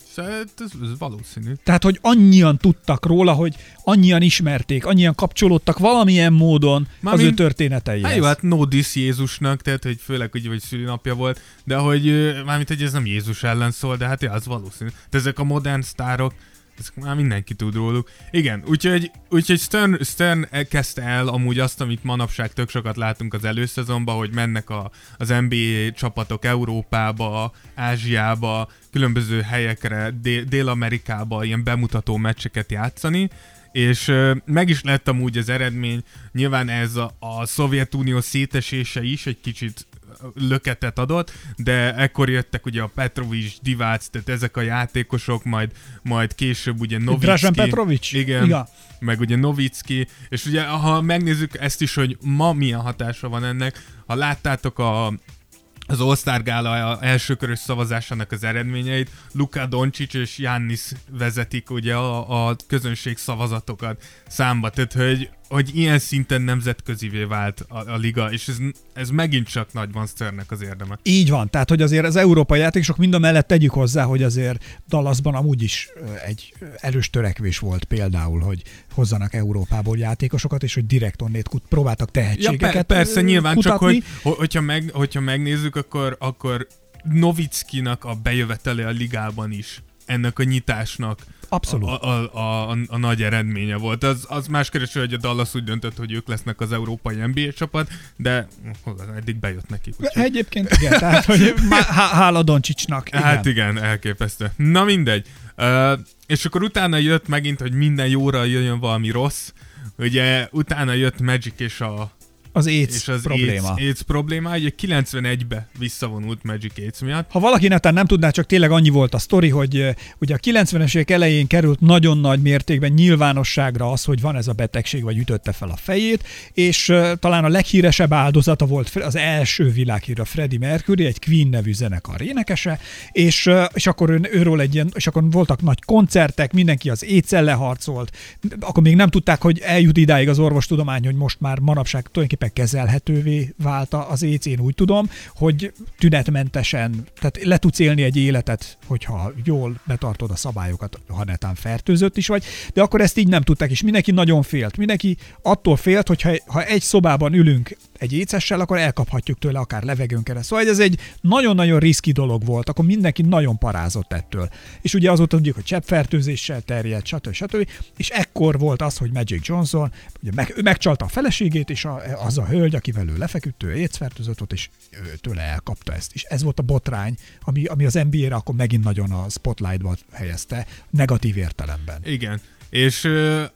Ez, ez valószínű. Tehát, hogy annyian tudtak róla, hogy annyian ismerték, annyian kapcsolódtak valamilyen módon Már az ő történeteihez. Hát jó, hát no diss Jézusnak, tehát, hogy főleg, hogy, hogy szülinapja volt, de hogy mármint, hogy ez nem Jézus ellen szól, de hát ja, az valószínű. De ezek a modern sztárok, ezek már mindenki tud róluk. Igen, úgyhogy, úgyhogy Stern, Stern kezdte el amúgy azt, amit manapság tök sokat látunk az előszezonban, hogy mennek a, az en bé á csapatok Európába, Ázsiába, különböző helyekre, Dél- Dél-Amerikába ilyen bemutató meccseket játszani, és uh, meg is lett amúgy az eredmény. Nyilván ez a, a Szovjetunió szétesése is egy kicsit löketet adott, de ekkor jöttek ugye a Petrovics, Divac, tehát ezek a játékosok, majd, majd később ugye Novicki. Dražen Petrovics? Igen, igen, meg ugye Novicki, és ugye ha megnézzük ezt is, hogy ma milyen hatása van ennek, ha láttátok a az All-Star Gála elsőkörös szavazásának az eredményeit, Luka Doncic és Giannis vezetik ugye a, a közönség szavazatokat számba, tehát hogy, hogy ilyen szinten nemzetközivé vált a, a liga, és ez, ez megint csak nagy Van Sternnek az érdeme. Így van, tehát hogy azért az európai játékosok mind a mellett tegyük hozzá, hogy azért Dallasban amúgy is egy erős törekvés volt például, hogy hozzanak Európából játékosokat, és hogy direkt onnét kut- próbáltak tehetségeket ja, per- Persze, nyilván, kutatni. Csak hogy, hogyha, meg, hogyha megnézzük, akkor, akkor Novickinak a bejövetele a ligában is ennek a nyitásnak Abszolút. A, a, a, a, a nagy eredménye volt. Az, az más kereső, hogy a Dallas úgy döntött, hogy ők lesznek az európai en bé á csapat, de eddig bejött nekik. Úgyhogy... Egyébként igen, tehát hogy há- hála Doncsicsnak. Igen. Hát igen, elképesztő. Na mindegy. Uh, és akkor utána jött megint, hogy minden jóra jöjjön valami rossz. Ugye utána jött Magic és a az AIDS és az probléma. AIDS, AIDS probléma, ugye kilencvenegybe visszavonult Magic AIDS miatt. Ha valaki netán nem tudná, csak tényleg annyi volt a sztori, hogy uh, ugye a kilencvenes évek elején került nagyon nagy mértékben nyilvánosságra az, hogy van ez a betegség, vagy ütötte fel a fejét, és uh, talán a leghíresebb áldozata volt az első világhírű Freddie Mercury, egy Queen nevű zenekar énekese, és, uh, és akkor ő, őről egy ilyen, és akkor voltak nagy koncertek, mindenki az AIDS ellen harcolt, akkor még nem tudták, hogy eljut idáig az orvostudomány, hogy most már manapság tulajdonképpen kezelhetővé vált az AIDS, én úgy tudom, hogy tünetmentesen, tehát le tudsz élni egy életet, hogyha jól betartod a szabályokat, ha netán fertőzött is vagy, de akkor ezt így nem tudták, és mindenki nagyon félt. Mindenki attól félt, hogyha ha egy szobában ülünk egy écessel, akkor elkaphatjuk tőle akár levegőn keresztül. Szóval ez egy nagyon-nagyon riszki dolog volt, akkor mindenki nagyon parázott ettől. És ugye azóta tudjuk, hogy cseppfertőzéssel terjedt, stb. stb. És ekkor volt az, hogy Magic Johnson ugye meg, ő megcsalta a feleségét, és a, az a hölgy, akivel ő lefeküdt, ő AIDS-fertőzött volt, és tőle elkapta ezt. És ez volt a botrány, ami, ami az en bé á-re akkor megint nagyon a spotlightba helyezte, negatív értelemben. Igen. És,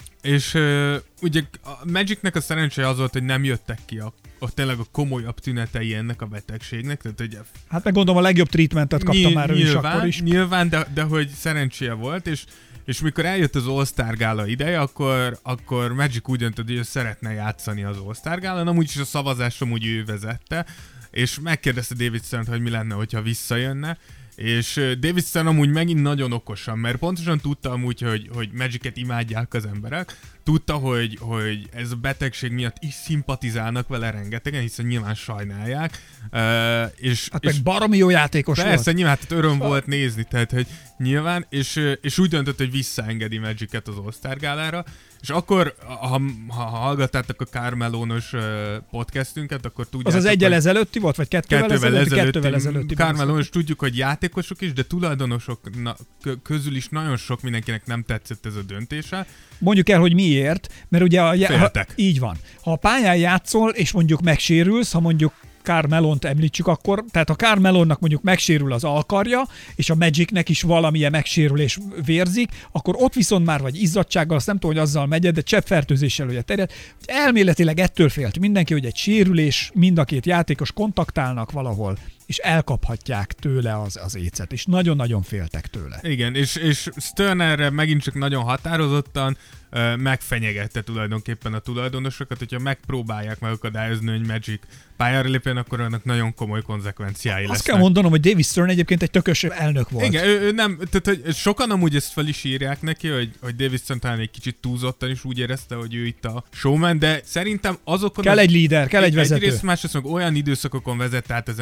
és ugye a Magicnek a szerencséje az volt, hogy nem jöttek ki a, a tényleg a komolyabb tünetei ennek a betegségnek. Tehát, ugye, hát meg gondolom a legjobb treatmentet kapta ny- már ő nyilván, is akkor is. Nyilván, de, de hogy szerencséje volt, és, és mikor eljött az All-Star Gála ideje, akkor, akkor Magic úgy döntött, hogy ő szeretne játszani az All-Star Gálán, amúgy is a szavazásom úgy ő vezette, és megkérdezte David Stern, hogy mi lenne, hogyha visszajönne, és David Stern amúgy megint nagyon okosan, mert pontosan tudta amúgy, hogy, hogy Magicet imádják az emberek, tudta, hogy, hogy ez a betegség miatt is szimpatizálnak vele rengetegen, hiszen nyilván sajnálják. Uh, és, hát és meg baromi jó játékos persze, volt. nyilván, hát öröm volt nézni, tehát hogy nyilván, és, és úgy döntött, hogy visszaengedi Magicet az All-Star Gálára, és akkor, ha, ha hallgattátok a Carmelónos podcastünket, akkor tudjátok, az az egyel ezelőtti volt, vagy kettővel, kettővel ezelőtti? ezelőtti, Kettővel ezelőtti. Carmelónos tudjuk, hogy játékosok is, de tulajdonosok na, közül is nagyon sok mindenkinek nem tetszett ez a döntése. Mondjuk el, hogy miért, mert ugye a, ha, Féltek. így van. Ha a pályán játszol, és mondjuk megsérülsz, ha mondjuk Carmelont említsük akkor, tehát a Carmelonnak mondjuk megsérül az alkarja, és a Magicnek is valamilyen megsérülés vérzik, akkor ott viszont már vagy izzadtsággal, azt nem tudom, hogy azzal megy, de cseppfertőzéssel ugye terjed. Elméletileg ettől félt mindenki, hogy egy sérülés, mind a két játékos kontaktálnak valahol, és elkaphatják tőle az, az écet, és nagyon-nagyon féltek tőle. Igen, és, és Stern erre megint csak nagyon határozottan uh, megfenyegette tulajdonképpen a tulajdonosokat, hogyha megpróbálják megakadályozni, hogy Magic pályára lépjen, akkor annak nagyon komoly konzekvenciái lesznek. Azt kell mondanom, hogy David Stern egyébként egy tökös elnök volt. Igen, ő, ő nem, tehát hogy sokan amúgy ezt fel is írják neki, hogy, hogy David Stern talán egy kicsit túlzottan is úgy érezte, hogy ő itt a showman, de szerintem azokon... Kell az, egy líder, kell egy vezető. Egyrészt, másrészt meg olyan időszakokon vezet át az en bé á-t, ahol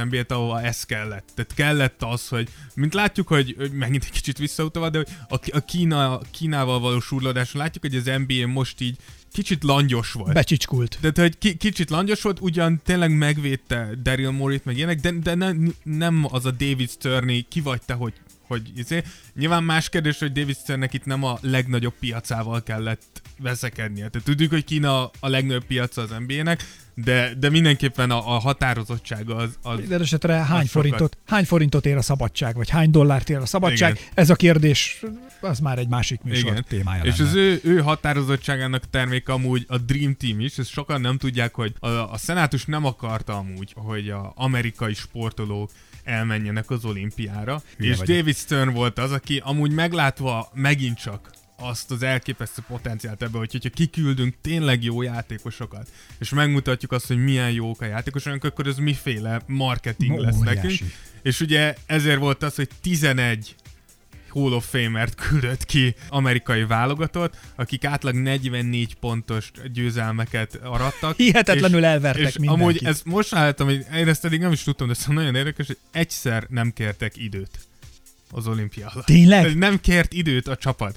szóval ez kellett. Tehát kellett az, hogy, mint látjuk, hogy, hogy megint egy kicsit visszautalva, de hogy a, a Kína, Kínával való surlódáson látjuk, hogy az en bé á most így kicsit langyos volt. Becsicskult. Tehát, hogy ki, kicsit langyos volt, ugyan tényleg megvédte Daryl Morey-t, meg ilyenek, de, de nem, nem az a David Stern, ki vagy te, hogy, hogy izé. Nyilván más kérdés, hogy David Sternnek itt nem a legnagyobb piacával kellett veszekednie. Tehát tudjuk, hogy Kína a legnagyobb piaca az en bé á-nek, de, de mindenképpen a, a határozottsága az... az de esetre hány forintot, hány forintot ér a szabadság, vagy hány dollárt ér a szabadság? Igen. Ez a kérdés, az már egy másik műsor Igen. témája És lenne. az ő, ő határozottságának terméke amúgy a Dream Team is, ezt sokan nem tudják, hogy a, a szenátus nem akarta amúgy, hogy az amerikai sportolók elmenjenek az olimpiára, Hülye és vagyok. David Stern volt az, aki amúgy meglátva megint csak azt az elképesztő potenciált ebbe, hogy hogyha kiküldünk tényleg jó játékosokat, és megmutatjuk azt, hogy milyen jók a játékosok, akkor ez miféle marketing lesz Óriási. nekünk. És ugye ezért volt az, hogy tizenegy Hall of Famert küldött ki amerikai válogatott, akik átlag negyvennégy pontos győzelmeket arattak. Hihetetlenül és, elvertek és mindenkit. amúgy ezt most láttam, hogy én ezt eddig nem is tudtam, de ez nagyon érdekes, hogy egyszer nem kértek időt az olimpia alatt. Tényleg? Nem kért időt a csapat.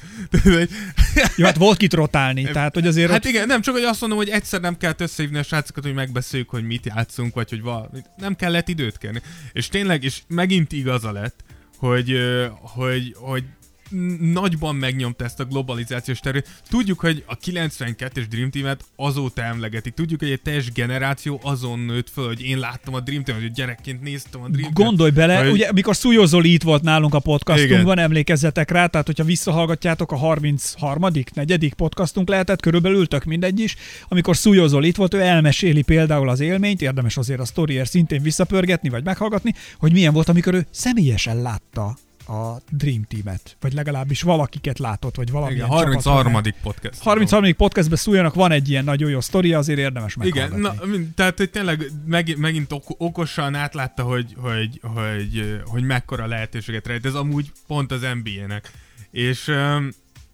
Jó, hát volt kit rotálni, tehát hogy azért... Hát ott... igen, nem csak, hogy azt mondom, hogy egyszer nem kellett összehívni a srácokat, hogy megbeszéljük, hogy mit játszunk, vagy hogy valami. Nem kellett időt kérni. És tényleg, és megint igaza lett, hogy, hogy, hogy nagyban megnyomta ezt a globalizációs terület. Tudjuk, hogy a kilencvenkettes Dream Team-et azóta emlegetik. Tudjuk, hogy egy teljes generáció azon nőtt föl, hogy én láttam a Dream Team-et, hogy gyerekként néztem a Dream Team-et. Gondolj bele, hogy... ugye mikor Szújó Zoli itt volt nálunk a podcastunkban, emlékezzetek rá, tehát hogyha visszahallgatjátok a harmincharmadik negyedik podcastunk lehetett, körülbelül tök mindegy is, amikor Szújó Zoli itt volt, ő elmeséli például az élményt, érdemes azért a sztoriért szintén visszapörgetni, vagy meghallgatni, hogy milyen volt, amikor ő személyesen látta a Dream Team-et, vagy legalábbis valakiket látott, vagy valamilyen Igen, harmincharmadik podcast. harmincharmadik podcastben Szújónak van egy ilyen nagyon jó sztoria, azért érdemes meghallgatni. Igen, na, tehát hogy tényleg meg, megint ok- okosan átlátta, hogy, hogy, hogy, hogy mekkora lehetőséget rejt. Ez amúgy pont az en bé á-nek. És um,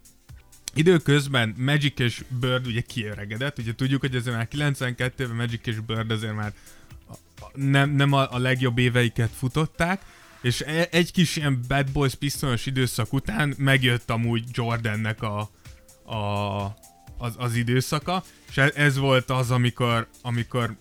időközben Magic és Bird ugye kiöregedett, ugye tudjuk, hogy azért már kilencvenkettőben Magic és Bird azért már nem, nem a, a legjobb éveiket futották, és egy kis ilyen Bad Boys pisztolyos időszak után megjött amúgy Jordannek a, a, az, az időszaka, és ez volt az, amikor, amikor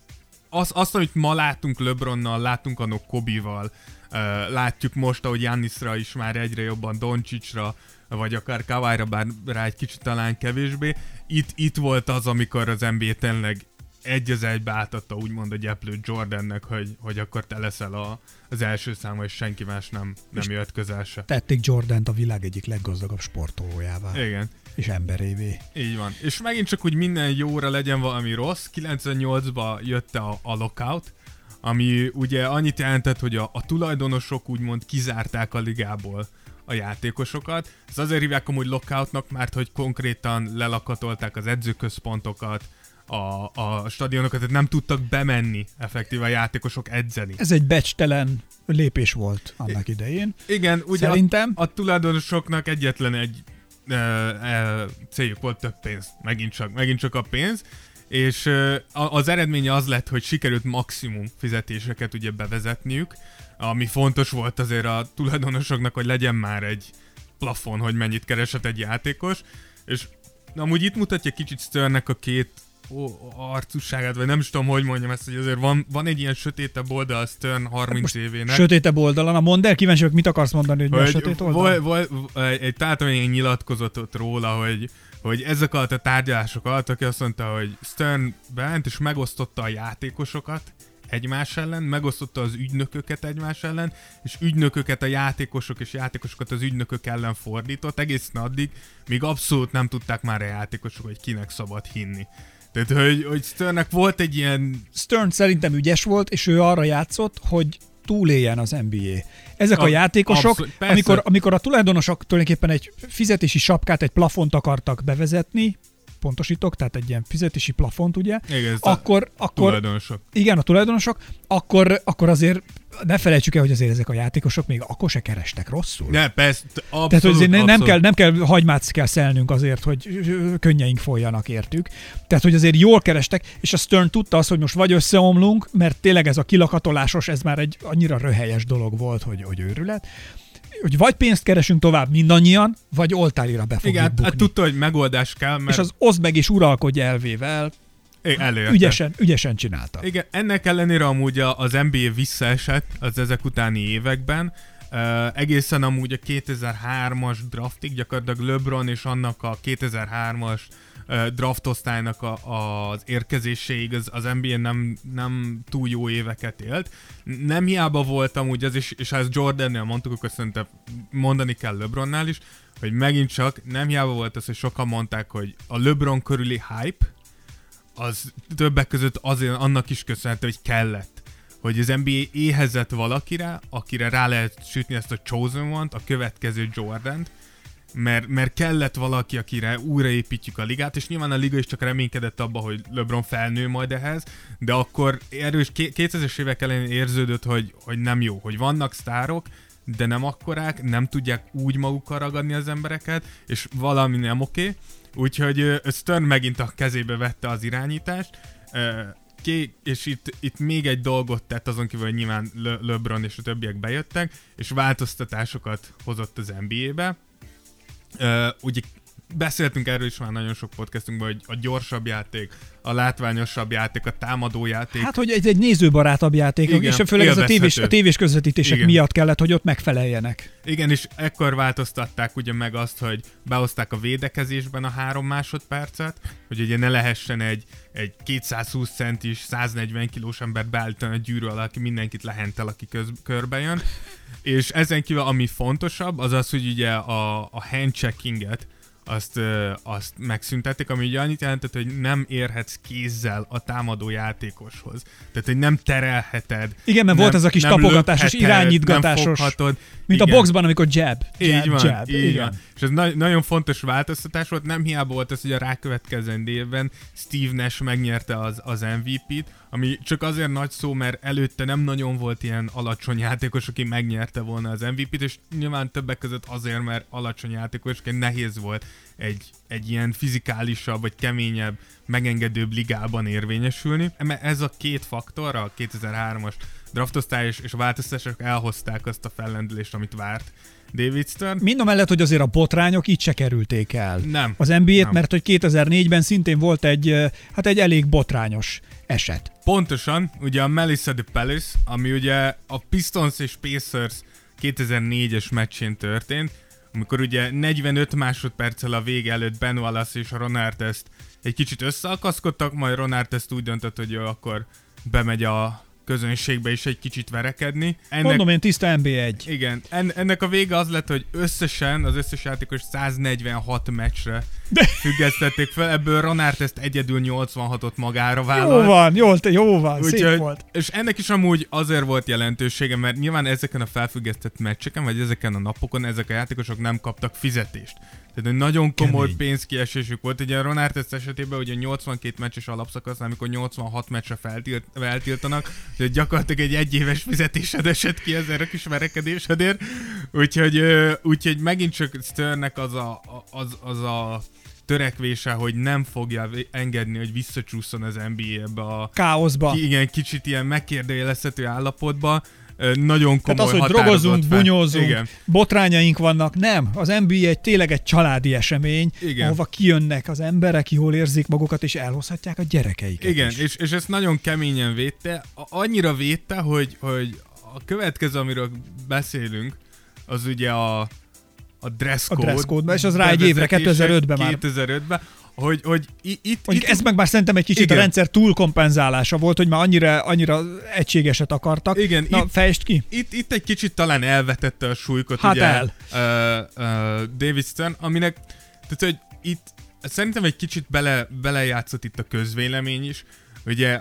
az, azt, amit ma látunk LeBronnal, látunk annak Kobe-val, uh, látjuk most, ahogy Giannisra is már egyre jobban, Doncsicsra, vagy akár Kawhira, bár rá egy kicsit talán kevésbé. Itt, itt volt az, amikor az en bé á tényleg egy az egybe átadta úgymond a gyeplőt Jordannek, hogy, hogy akkor te leszel a, az első számú, és senki más nem, nem jött közel se. Tették Jordant a világ egyik leggazdagabb sportolójává. Igen. És emberévé. Így van. És megint csak úgy minden jóra legyen valami rossz. kilencvennyolcban jött a, a lockout, ami ugye annyit jelentett, hogy a, a tulajdonosok úgymond kizárták a ligából a játékosokat. Ezt azért hívják amúgy lockoutnak, mert hogy konkrétan lelakatolták az edzőközpontokat, A, a stadionokat, tehát nem tudtak bemenni effektíve a játékosok edzeni. Ez egy becstelen lépés volt annak idején. Igen, ugye Szerintem. A, a tulajdonosoknak egyetlen egy e, e, céljuk volt, több pénz. Megint csak, megint csak a pénz. És e, az eredménye az lett, hogy sikerült maximum fizetéseket ugye bevezetniük, ami fontos volt azért a tulajdonosoknak, hogy legyen már egy plafon, hogy mennyit keresett egy játékos. És amúgy itt mutatja kicsit Sternnek a két Ó, arcúságát, vagy nem is tudom, hogy mondjam ezt, hogy azért van, van egy ilyen sötétebb oldal Stern harminc hát évének. Sötétebb oldalon. Na mondd el, kíváncsi vagyok, mit akarsz mondani, hogy, hogy mi a sötét oldal? Vol, vol, egy találtam egy nyilatkozatot róla, hogy, hogy ezek alatt a tárgyalások alatt, aki azt mondta, hogy Stern bent és megosztotta a játékosokat egymás ellen, megosztotta az ügynököket egymás ellen, és ügynököket a játékosok és játékosokat az ügynökök ellen fordított egészen addig, míg abszolút nem tudták már a játékosok, hogy kinek szabad hinni. Tehát, hogy, hogy Sternnek volt egy ilyen... Stern szerintem ügyes volt, és ő arra játszott, hogy túléljen az en bé á. Ezek a, a játékosok, abszolút, amikor, amikor a tulajdonosok tulajdonképpen egy fizetési sapkát, egy plafont akartak bevezetni, pontosítok, tehát egy ilyen fizetési plafont, ugye? Igen, akkor, a akkor, tulajdonosok. Igen, a tulajdonosok, akkor, akkor azért ne felejtsük el, hogy azért ezek a játékosok még akkor se kerestek rosszul. Ne, persze, abszolút, Tehát, hogy azért nem, abszolút. kell, nem kell hagymát kell szelnünk azért, hogy könnyeink folyjanak értük. Tehát, hogy azért jól kerestek, és a Stern tudta azt, hogy most vagy összeomlunk, mert tényleg ez a kilakatolásos, ez már egy annyira röhelyes dolog volt, hogy, hogy őrület. Hogy vagy pénzt keresünk tovább mindannyian, vagy oltárira be fogjuk Igen, bukni. hát tudta, hogy megoldás kell, mert... És az oszd meg és uralkodj elvével elérte. ügyesen, ügyesen csinálta. Igen, ennek ellenére amúgy az en bé á visszaesett az ezek utáni években. Uh, egészen amúgy a kétezer-hármas draftig, gyakorlatilag LeBron és annak a kétezer-hármas uh, draftosztálynak a, az érkezéséig az, az en bé á nem, nem túl jó éveket élt. Nem hiába volt amúgy az, és, és ha ezt Jordannél mondtuk, akkor szerintem mondani kell LeBronnál is, hogy megint csak nem hiába volt az, hogy sokan mondták, hogy a LeBron körüli hype az többek között azért annak is köszönhető, hogy kellett. Hogy az en bé á éhezett valakire, akire rá lehet sütni ezt a Chosen One-t, a következő Jordant, mert, mert kellett valaki, akire újraépítjük a ligát, és nyilván a liga is csak reménykedett abba, hogy LeBron felnő majd ehhez, de akkor erős kétezres évek elején érződött, hogy, hogy nem jó, hogy vannak sztárok, de nem akkorák, nem tudják úgy magukkal ragadni az embereket, és valami nem oké. Úgyhogy Stern megint a kezébe vette az irányítást, Ké, és itt, itt még egy dolgot tett, azon kívül, hogy nyilván Le- LeBron és a többiek bejöttek, és változtatásokat hozott az en bé á-be. Uh, ugye beszéltünk erről is már nagyon sok podcastunkban, hogy a gyorsabb játék, a látványosabb játék, a támadó játék. Hát, hogy egy, egy nézőbarátabb játék, igen, és főleg ez a tévés, a tévés közvetítések igen. miatt kellett, hogy ott megfeleljenek. Igen, és ekkor változtatták ugye meg azt, hogy behozták a védekezésben a három másodpercet, hogy ugye ne lehessen egy, egy kétszázhúsz centis, száznegyven kilós embert beállítani a gyűrű alá, aki mindenkit lehentel, aki köz, körbe jön. És ezen kívül, ami fontosabb, az az, hogy ugye a, a handcheckinget, azt, ö, azt megszüntették, ami ugye annyit jelentett, hogy nem érhetsz kézzel a támadó játékoshoz. Tehát, hogy nem terelheted. Igen, mert nem, volt ez a kis tapogatásos, irányítgatásos. Mint igen. A boxban, amikor jab, jab, így van, jab. Így igen. van. És ez na- nagyon fontos változtatás volt. Nem hiába volt az, hogy a rákövetkező évben Steve Nash megnyerte az, az em vé pét, ami csak azért nagy szó, mert előtte nem nagyon volt ilyen alacsony játékos, aki megnyerte volna az em vé pét, és nyilván többek között azért, mert alacsony játékosként nehéz volt egy, egy ilyen fizikálisabb, vagy keményebb, megengedőbb ligában érvényesülni. Ez a két faktor, a kétezer-hármas draftosztály és a változtatások elhozták azt a fellendülést, amit várt David Stern. Mind a mellett, hogy azért a botrányok így se kerülték el nem, az en bé á-t, nem. mert hogy kétezer-négyben szintén volt egy, hát egy elég botrányos eset. Pontosan, ugye a Melissa the Palace, ami ugye a Pistons és Pacers kétezer-négyes meccsén történt, amikor ugye negyvenöt másodperccel a vége előtt Ben Wallace és a Ron Artest egy kicsit összeakaszkodtak, majd Ron Artest úgy döntött, hogy ő akkor bemegy a közönségbe is egy kicsit verekedni. Ennek, Mondom én, tiszta en bé egy. Igen, en, ennek a vége az lett, hogy összesen az összes játékos száznegyvenhat meccsre De... függesztették fel, ebből Ron Artest egyedül nyolcvanhatot magára vállalt. Jó van, jó, jó van, úgy, szép hogy, volt. És ennek is amúgy azért volt jelentősége, mert nyilván ezeken a felfüggesztett meccseken, vagy ezeken a napokon ezek a játékosok nem kaptak fizetést. Tehát egy nagyon komoly Kemény. pénzkiesésük volt. Ugye a Ron Artest esetében ugye nyolcvankét meccses alapszakasz, amikor nyolcvanhat meccsre feltilt, feltiltanak, de gyakorlatilag egy egyéves fizetésed esett ki ezzel a kis verekedésedért. Úgyhogy, úgyhogy megint csak Sternnek az a, az, az a törekvése, hogy nem fogja engedni, hogy visszacsúszson az en bé á ebbe a káoszba. Ki, igen, kicsit ilyen megkérdőjelezhető állapotba. Nagyon komoly Tehát az, hogy drogozunk, bunyózunk, botrányaink vannak, nem. Az en bé á egy tényleg egy családi esemény, igen. ahova kijönnek az emberek, jól érzik magukat, és elhozhatják a gyerekeiket Igen, is. és, és ezt nagyon keményen védte. Annyira védte, hogy, hogy a következő, amiről beszélünk, az ugye a, a dress code. A dress code, és az rá egy évre, kétezer-ötben már. kétezer-ötben, hogy, hogy itt... itt ez itt, meg már szerintem egy kicsit igen. a rendszer túlkompenzálása volt, hogy már annyira, annyira egységeset akartak. Igen, Na, itt, fejtsd ki. Itt, itt egy kicsit talán elvetette a súlykot, hát ugye, el. Uh, uh, David Stern, aminek, tehát, hogy itt szerintem egy kicsit bele, belejátszott itt a közvélemény is. Ugye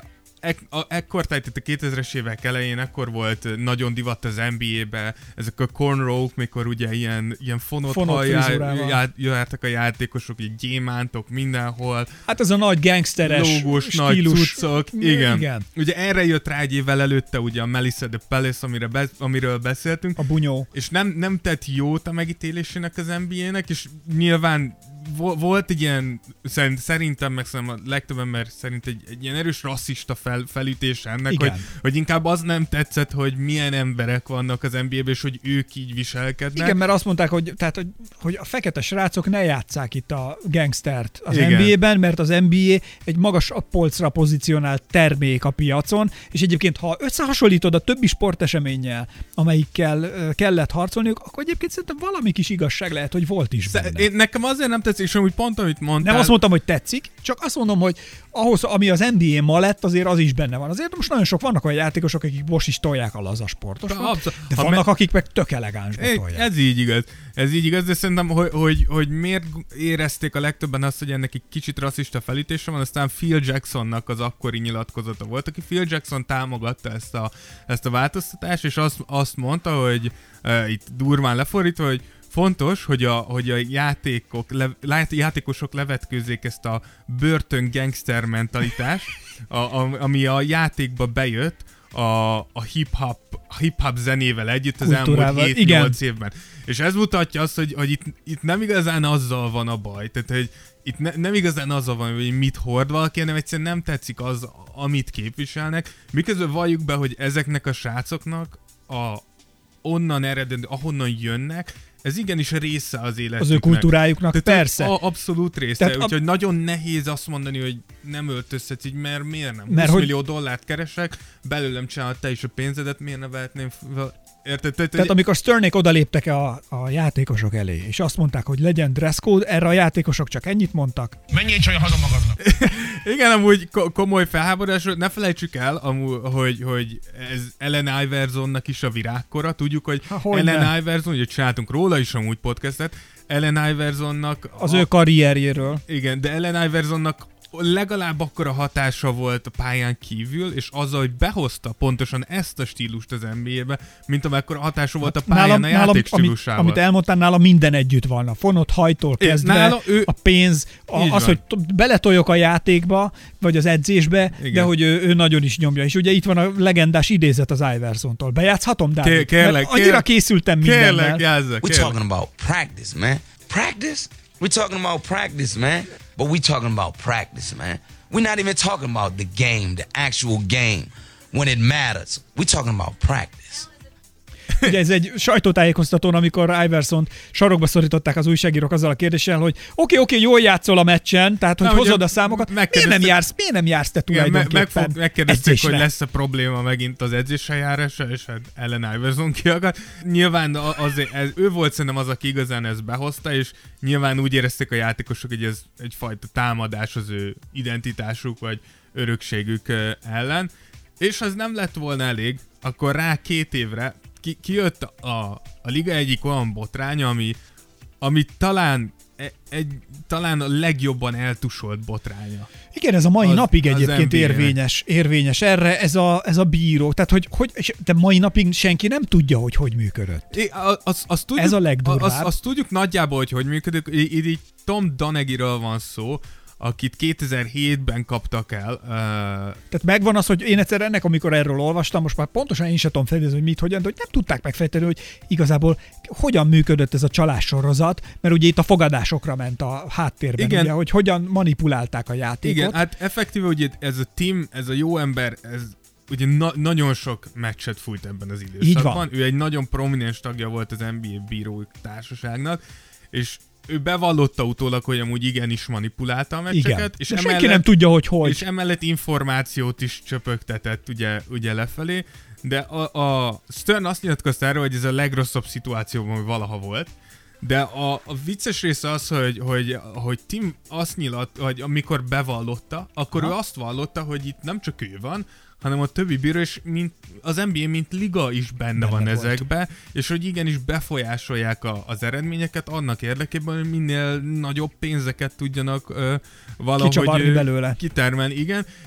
ek, a, ekkor, tehát itt a kétezres évek elején, ekkor volt nagyon divat az en bé á-be, ezek a cornrow, mikor ugye ilyen, ilyen fonott, Fonott hajjal jártak a játékosok, így gyémántok mindenhol. Hát ez a nagy gangsteres logós, stílus. nagy cuccok. Igen. Igen. Ugye erre jött rá egy évvel előtte ugye a Melissa the Palace, amire be, amiről beszéltünk. A bunyó. És nem, nem tett jót a megítélésének az en bé á-nek, és nyilván vo- volt egy ilyen, szerint, szerintem, meg szerintem a legtöbb ember szerint egy, egy ilyen erős rasszista fel, felütés ennek, hogy, hogy inkább az nem tetszett, hogy milyen emberek vannak az en bé á-ben, és hogy ők így viselkednek. Igen, mert azt mondták, hogy, tehát, hogy, hogy a fekete srácok ne játsszák itt a gangstert az Igen. en bé á-ben, mert az en bé á egy magas polcra pozícionált termék a piacon, és egyébként, ha összehasonlítod a többi sporteseménnyel, amelyikkel uh, kellett harcolniuk, akkor egyébként szerintem valami kis igazság lehet, hogy volt is benne. Én, nekem azért nem tetszik, és amúgy pont, amit mondtál... Nem azt mondtam, hogy tetszik, csak azt mondom, hogy ahhoz, ami az en bé á ma lett, azért az is benne van. Azért most nagyon sok vannak olyan játékosok, akik most is tolják a laza sportosokat, Abszolút. de Ha vannak, me- akik meg tök elegánsba tolják. Ez így igaz. Ez így igaz, de szerintem, hogy, hogy, hogy miért érezték a legtöbben azt, hogy ennek egy kicsit rasszista felütése van, aztán Phil Jacksonnak az akkori nyilatkozata volt, aki Phil Jackson támogatta ezt a, ezt a változtatást, és azt, azt mondta, hogy uh, itt durván lefordítva, hogy fontos, hogy a, hogy a játékok, le, játékosok levetkőzzék ezt a börtön gangster mentalitást, a, a, ami a játékba bejött a, a hip-hop, hip-hop zenével együtt az elmúlt hét-nyolc évben. És ez mutatja azt, hogy, hogy itt, itt nem igazán azzal van a baj, tehát hogy itt ne, nem igazán azzal van, hogy mit hord valaki, hanem egyszerűen nem tetszik az, amit képviselnek. Miközben valljuk be, hogy ezeknek a srácoknak a onnan eredendő, ahonnan jönnek, ez igenis a része az életüknek. Az ő kultúrájuknak, tehát persze. A, abszolút része, tehát úgyhogy a... nagyon nehéz azt mondani, hogy nem öltözhetsz így, mert miért nem? Mert húsz hogy... millió dollárt keresek, belőlem csinálod te is a pénzedet, miért ne vehetném... Érted? Tehát, Tehát amikor Sternék odaléptek a, a játékosok elé, és azt mondták, hogy legyen dress code, erre a játékosok csak ennyit mondtak. Menjél csak haza magadnak. Igen, amúgy komoly felháborodás, ne felejtsük el, amúgy, hogy, hogy ez Allen Iversonnak is a virágkora. Tudjuk, hogy ha, Allen ne? Iverson, ugye csináltunk róla is amúgy podcastet, Allen Iversonnak... Az a, ő karrierjéről. Igen, de Allen Iversonnak legalább akkora hatása volt a pályán kívül, és azzal, hogy behozta pontosan ezt a stílust az en bé á-be, mint amekkora hatása volt a pályán nálam, a játék stílusával. Amit, amit elmondtál, nála minden együtt van. A fonott hajtól kezdve, nála ő, a pénz, a, az, van. Hogy t- beletoljok a játékba, vagy az edzésbe, igen. De hogy ő, ő nagyon is nyomja. És ugye itt van a legendás idézet az Iversontól. Bejátszhatom, Dávid? Ké- kérlek, Mert annyira készültem mindennel. Kérlek, jázza, We're talking about practice, man. Practice? We're talking about practice, man. But we're talking about practice, man. We're not even talking about the game, the actual game, when it matters. We're talking about practice. Ugye ez egy sajtótájékoztatón, amikor Iversont sarokba szorították az újságírók azzal a kérdéssel, hogy oké, okay, oké, okay, jól játszol a meccsen, tehát hogy Na, hozod a számokat, miért nem jársz, miért nem jársz te tulajdonképpen meg, meg, Megkérdezték, hogy lesz-e probléma megint az edzéssel járása, és hát Allen Iverson kiakadt. Nyilván azért, ez, ő volt szerintem az, aki igazán ezt behozta, és nyilván úgy érezték a játékosok, hogy ez egyfajta támadás az ő identitásuk, vagy örökségük ellen. És ha ez nem lett volna elég, akkor rá két évre ki, kijött a, a liga egyik olyan botránya, ami, ami talán, egy, talán a legjobban eltusolt botránya. Igen, ez a mai az, napig az egyébként érvényes, érvényes erre ez a, ez a bíró. Tehát, hogy, hogy de mai napig senki nem tudja, hogy hogy működött. É, az, az tudjuk, ez a legdurvább. Azt az tudjuk nagyjából, hogy hogy működik. Így, így Tom Donaghy-ről van szó, akit kétezer-hétben kaptak el. Uh... Tehát megvan az, hogy én egyszer ennek, amikor erről olvastam, most már pontosan én sem tudom felidézni, hogy mit, hogyan, de hogy nem tudták megfejteni, hogy igazából hogyan működött ez a csalás sorozat, mert ugye itt a fogadásokra ment a háttérben, igen. Ugye, hogy hogyan manipulálták a játékot. Igen, hát effektíve ugye ez a team, ez a jó ember, ez ugye na- nagyon sok meccset fújt ebben az időszakban. Ő egy nagyon prominens tagja volt az en bé á bírói társaságnak, és ő bevallotta utólag, hogy amúgy igenis manipulálta a meccseket. Igen. És de emellett, senki nem tudja, hogy hogy. És emellett információt is csöpögtetett ugye, ugye lefelé. De a, a Stern azt nyilatkozta erről, hogy ez a legrosszabb szituációban, hogy valaha volt. De a, a vicces része az, hogy, hogy, hogy Tim azt nyilat, hogy amikor bevallotta, akkor Aha. ő azt vallotta, hogy itt nem csak ő van, hanem a többi bíró, és mint, az en bé á, mint liga is benne, benne van volt. Ezekbe, és hogy igenis befolyásolják a, az eredményeket annak érdekében, hogy minél nagyobb pénzeket tudjanak ö, valahogy belőle. Kitermelni, igen, és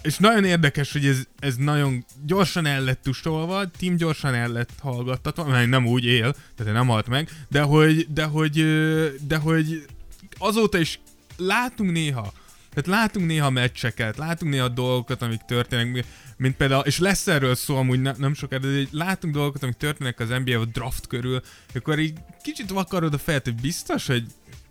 és nagyon érdekes, hogy ez, ez nagyon gyorsan el lett tustolva, Tim gyorsan el lett hallgattatva, mert nem úgy él, tehát nem halt meg, de hogy, de hogy, de hogy azóta is látunk néha, tehát látunk néha meccseket, látunk néha dolgokat, amik történnek, mint például, és lesz erről szó amúgy ne, nem sokára, de látunk dolgokat, amik történnek az en bé á draft körül, akkor így kicsit vakarod a fejet, hogy biztos, hogy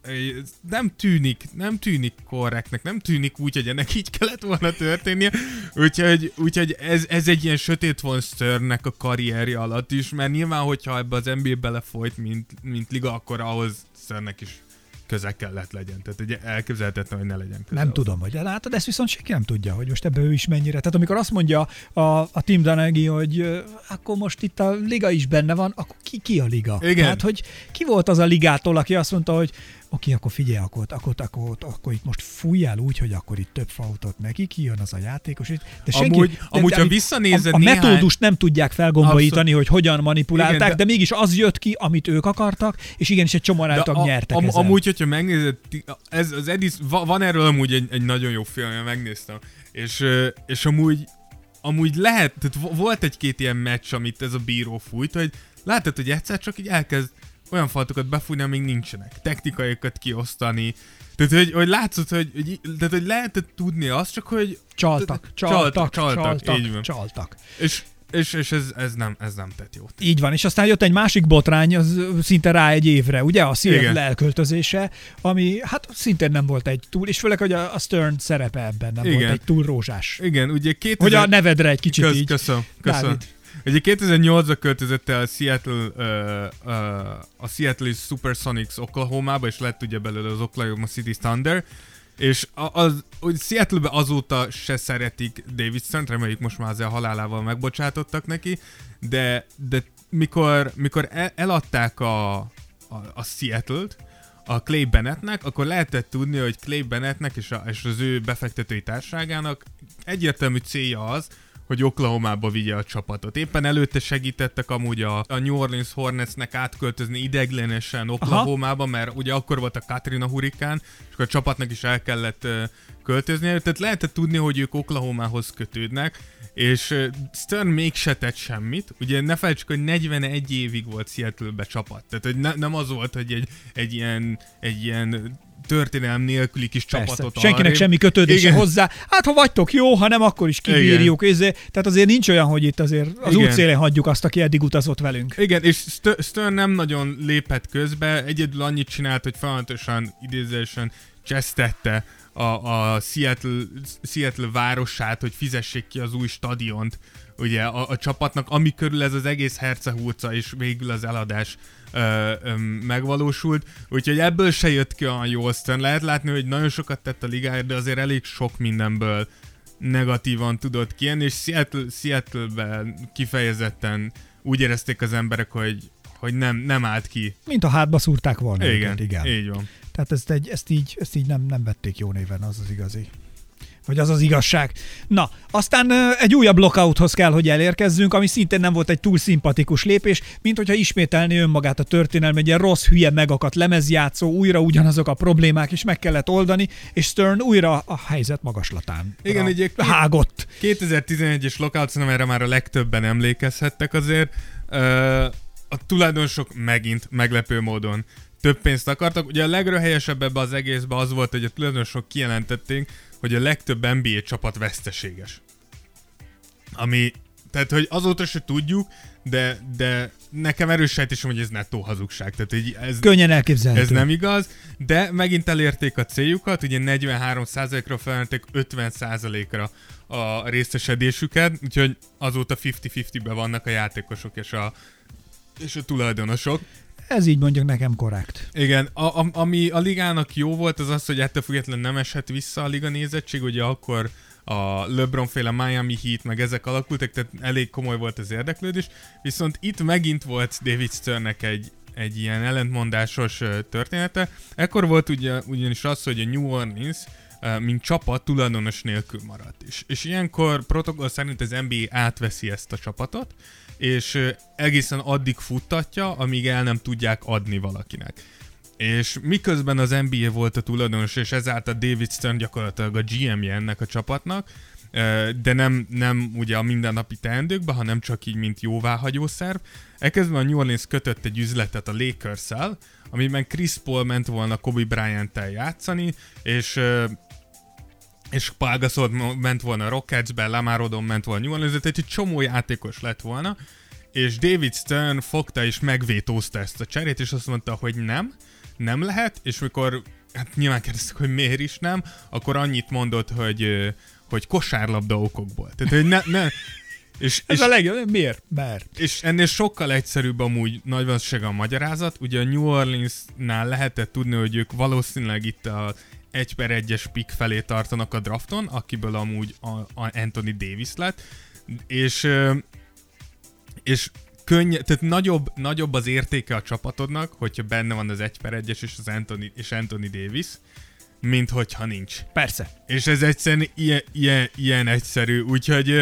nem tűnik, nem tűnik korrektnek, nem tűnik úgy, hogy ennek így kellett volna történnie, úgyhogy, úgyhogy ez, ez egy ilyen sötét von Sternnek a karrierje alatt is, mert nyilván, hogyha ebbe az en bé á belefolyt, mint, mint liga, akkor ahhoz Sternnek is köze kellett legyen. Tehát ugye elképzelhetetlen, hogy ne legyen köze. Nem tudom, hogy látod, ezt viszont senki nem tudja, hogy most ebbe ő is mennyire. Tehát amikor azt mondja a, a Tim Donaghy, hogy uh, akkor most itt a liga is benne van, akkor ki, ki a liga? Igen. Tehát, hogy ki volt az a ligától, aki azt mondta, hogy oké, akkor figyelj, akkor, akkor, akkor, akkor itt most fújjál úgy, hogy akkor itt több fautot neki, kijön az a játékos. De senki, amúgy, de, amúgy de, ha visszanézed a, a néhány... metódust nem tudják felgombolítani, Abszolút. hogy hogyan manipulálták, igen, de... de mégis az jött ki, amit ők akartak, és igenis egy csomóan álltak nyertek am, ezen. Amúgy, hogyha megnézed, ez, az Edis, van erről amúgy egy, egy nagyon jó film, megnéztem, és, és amúgy, amúgy lehet, tehát volt egy-két ilyen meccs, amit ez a bíró fújt, hogy látod, hogy egyszer csak így elkezd olyan faltokat befújni, amíg nincsenek. Technikaiakat kiosztani. Tehát, hogy, hogy látszott, hogy, hogy, tehát, hogy lehetett tudni azt, csak hogy... Csaltak, csaltak, csaltak, csaltak, így van. csaltak. És, és, és ez, ez, nem, ez nem tett jót. Így van, és aztán jött egy másik botrány, az szinte rá egy évre, ugye, a Seattle elköltözése, ami hát szintén nem volt egy túl, és főleg, hogy a Stern szerepe ebben nem Igen. volt egy túl rózsás. Igen, ugye kétezer... Hogy a nevedre egy kicsit Kösz, így. Köszönöm, köszönöm. Dávid. Ugye kétezer-nyolcban költözött el a Seattle, uh, uh, a Seattle Supersonics Oklahomába, és lett ugye belőle az Oklahoma City Thunder, és az, az, Seattle-ben azóta se szeretik David Stern, reméljük most már azért a halálával megbocsátottak neki, de, de mikor, mikor el, eladták a, a, a Seattle-t a Clay Bennettnek, akkor lehetett tudni, hogy Clay Bennettnek és, a, és az ő befektetői társaságának egyértelmű célja az, hogy Oklahomába vigye a csapatot. Éppen előtte segítettek amúgy a, a New Orleans Hornetsnek átköltözni ideiglenesen Oklahomába, mert ugye akkor volt a Katrina hurikán, és akkor a csapatnak is el kellett uh, költözni. Tehát lehetett tudni, hogy ők Oklahomához kötődnek, és uh, Stern mégse tett semmit. Ugye ne felejtsük, hogy negyvenegy évig volt Seattle-be csapat. Tehát hogy ne, nem az volt, hogy egy, egy ilyen, egy ilyen történelem nélküli kis Persze. csapatot Senkinek arrébb. semmi kötődése Igen. hozzá. Hát ha vagytok jó, ha nem, akkor is kibírjuk. Tehát azért nincs olyan, hogy itt azért az Igen. útszélén hagyjuk azt, aki eddig utazott velünk. Igen, és Stern nem nagyon lépett közbe, egyedül annyit csinált, hogy folyamatosan idézősen csesztette a, a Seattle, Seattle városát, hogy fizessék ki az új stadiont ugye a, a csapatnak, ami körül ez az egész hercehurca és végül az eladás Ö, ö, megvalósult, úgyhogy ebből se jött ki olyan jól. Stern. Lehet látni, hogy nagyon sokat tett a ligáért, de azért elég sok mindenből negatívan tudott kijönni, és Seattle, Seattle-ben kifejezetten úgy érezték az emberek, hogy, hogy nem, nem állt ki. Mint a hátba szúrták volna. Igen, őket, igen. így van. Tehát ezt, egy, ezt így, ezt így nem, nem vették jó néven, az az igazi. Vagy az az igazság. Na, aztán egy újabb lockouthoz kell, hogy elérkezzünk, ami szintén nem volt egy túl szimpatikus lépés, mint hogyha ismételni önmagát a történelme, egy ilyen rossz, hülye, megakadt lemezjátszó, újra ugyanazok a problémák is meg kellett oldani, és Stern újra a helyzet magaslatán Igen, ugye két, hágott. kétezer-tizenegyes lockout, szerintem erre már a legtöbben emlékezhettek azért. A tulajdonosok megint meglepő módon több pénzt akartak. Ugye a legröhelyesebb ebbe az egészben az volt, hogy a tulajdonosok kijelentették, hogy a legtöbb en bé á csapat veszteséges. Ami, tehát, hogy azóta se tudjuk, de, de nekem erős sejtésem, hogy ez nettó hazugság. Tehát, hogy ez, könnyen elképzelhető. Ez nem igaz, de megint elérték a céljukat, ugye negyvenhárom százalékra felmentek ötven százalékra a részesedésüket, úgyhogy azóta fifty-fifty-ben vannak a játékosok és a, és a tulajdonosok. Ez így mondjuk nekem korrekt. Igen, a, a, ami a ligának jó volt, az az, hogy ettől függetlenül nem esett vissza a liga nézettség, ugye akkor a LeBron-féle Miami Heat, meg ezek alakultak, tehát elég komoly volt az érdeklődés, viszont itt megint volt David Sternnek egy, egy ilyen ellentmondásos története. Ekkor volt ugye, ugyanis az, hogy a New Orleans mint csapat tulajdonos nélkül maradt. És, és ilyenkor protokoll szerint az en bé á átveszi ezt a csapatot, és egészen addig futtatja, amíg el nem tudják adni valakinek. És miközben az en bé á volt a tulajdonos, és ezáltal David Stern gyakorlatilag a gé em-je ennek a csapatnak, de nem, nem ugye a mindennapi teendőkben, hanem csak így, mint jóváhagyó szerv. Ekközben a New Orleans kötött egy üzletet a Lakers-szel, amiben Chris Paul ment volna Kobe Bryant-tel játszani, és és Paul Gasol ment volna a Rocketsbe, Lamar Odom ment volna a New Orleans, tehát egy csomó játékos lett volna, és David Stern fogta és megvétózta ezt a cserét, és azt mondta, hogy nem, nem lehet, és mikor, hát nyilván kérdeztek, hogy miért is nem, akkor annyit mondott, hogy, hogy kosárlabda okokból. Tehát, hogy ne, ne, és, Ez és, a legjobb, miért? Mert. És ennél sokkal egyszerűbb amúgy nagy valószínűleg a magyarázat. Ugye a New Orleansnál lehetett tudni, hogy ők valószínűleg itt a egy per egyes pick felé tartanak a drafton, akiből amúgy a, a Anthony Davis lett, és, és könny, tehát nagyobb, nagyobb az értéke a csapatodnak, hogyha benne van az egy per egyes és az Anthony, és Anthony Davis, mint hogyha nincs. Persze. És ez egyszerűen ilyen, ilyen, ilyen egyszerű, úgyhogy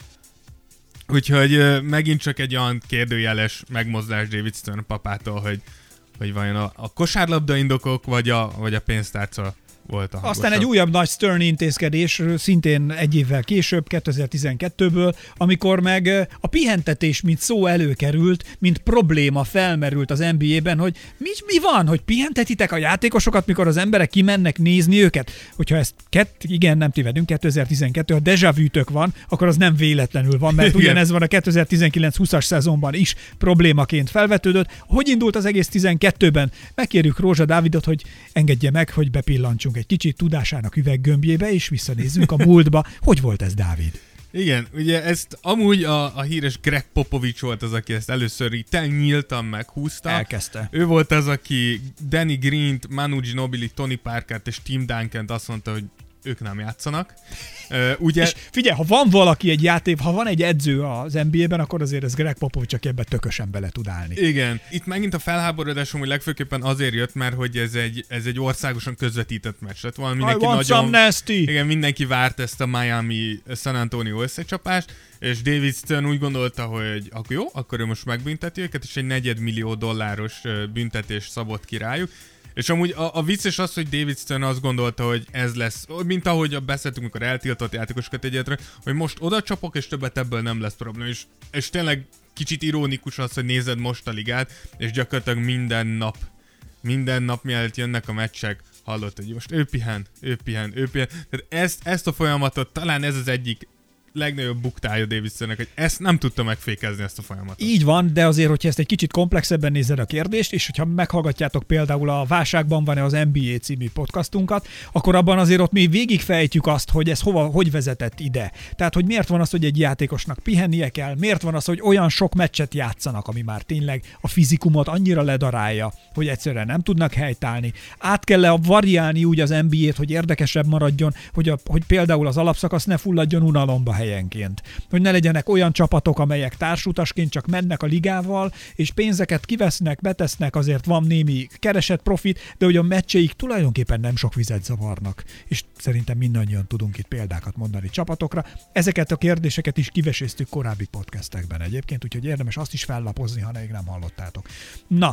úgyhogy megint csak egy olyan kérdőjeles megmozdulás David Stern papától, hogy, hogy vajon a, a kosárlabda indokok, vagy a, vagy a pénztárca volt a hangosabb. Aztán egy újabb nagy Stern intézkedés, szintén egy évvel később, kétezer-tizenkettőből, amikor meg a pihentetés, mint szó előkerült, mint probléma felmerült az en bé á-ben, hogy mi, mi van, hogy pihentetitek a játékosokat, mikor az emberek kimennek nézni őket? Hogyha ezt kett, igen, nem tévedünk, kétezer-tizenkettő, ha déjà vu-tök van, akkor az nem véletlenül van, mert ugyanez van a kétezer-tizenkilenc-húszas szezonban is problémaként felvetődött. Hogy indult az egész tizenkettőben? Megkérjük Rózsa Dávidot, hogy engedje meg, hogy bepillantsunk egy kicsit tudásának üveggömbjébe, és visszanézzünk a múltba. Hogy volt ez, Dávid? Igen, ugye ezt amúgy a, a híres Greg Popovich volt az, aki ezt először így nyíltan meghúzta. Elkezdte. Ő volt az, aki Danny Greent, Manu Ginobili, Tony Parkert és Tim Duncant azt mondta, hogy ők nem játszanak. Uh, ugye... És figyelj, ha van valaki egy játék, ha van egy edző az en bé á-ben, akkor azért ez Greg Popovich, csak ebbe tökösen bele tud állni. Igen. Itt megint a felháborodásom, hogy legfőképpen azért jött, mert hogy ez egy, ez egy országosan közvetített meccs lett volna. Mindenki I want nagyon, some nasty! Igen, mindenki várt ezt a Miami San Antonio összecsapást, és David Stern úgy gondolta, hogy akkor jó, akkor ő most megbünteti őket, és egy negyedmillió dolláros büntetést szabott ki rájuk. És amúgy a, a vicces az, hogy David Stern azt gondolta, hogy ez lesz, mint ahogy beszéltünk, amikor eltiltott játékosokat egyetre, hogy most oda csapok, és többet ebből nem lesz probléma. És, és tényleg kicsit ironikus az, hogy nézed most a ligát, és gyakorlatilag minden nap, minden nap mielőtt jönnek a meccsek, hallott, hogy most ő pihen, ő pihen, ő pihen. Tehát ezt, ezt a folyamatot, talán ez az egyik legnagyobb buktája David Sternnek, hogy ezt nem tudta megfékezni, ezt a folyamatot. Így van, de azért, hogyha ezt egy kicsit komplexebben nézed a kérdést, és hogyha meghallgatjátok például a Válságban van-e az en bé á című podcastunkat, akkor abban azért ott mi végigfejtjük azt, hogy ez hova, hogy vezetett ide. Tehát, hogy miért van az, hogy egy játékosnak pihennie kell, miért van az, hogy olyan sok meccset játszanak, ami már tényleg a fizikumot annyira ledarálja, hogy egyszerűen nem tudnak helytállni. Át kell variálni úgy az en bé á-t, hogy érdekesebb maradjon, hogy, a, hogy például az alapszakasz ne fulladjon unalomba helyenként. Hogy ne legyenek olyan csapatok, amelyek társutasként csak mennek a ligával, és pénzeket kivesznek, betesznek, azért van némi keresett profit, de hogy a meccseik tulajdonképpen nem sok vizet zavarnak. És szerintem mindannyian tudunk itt példákat mondani csapatokra. Ezeket a kérdéseket is kiveséztük korábbi podcastekben egyébként, úgyhogy érdemes azt is fellapozni, ha még nem hallottátok. Na.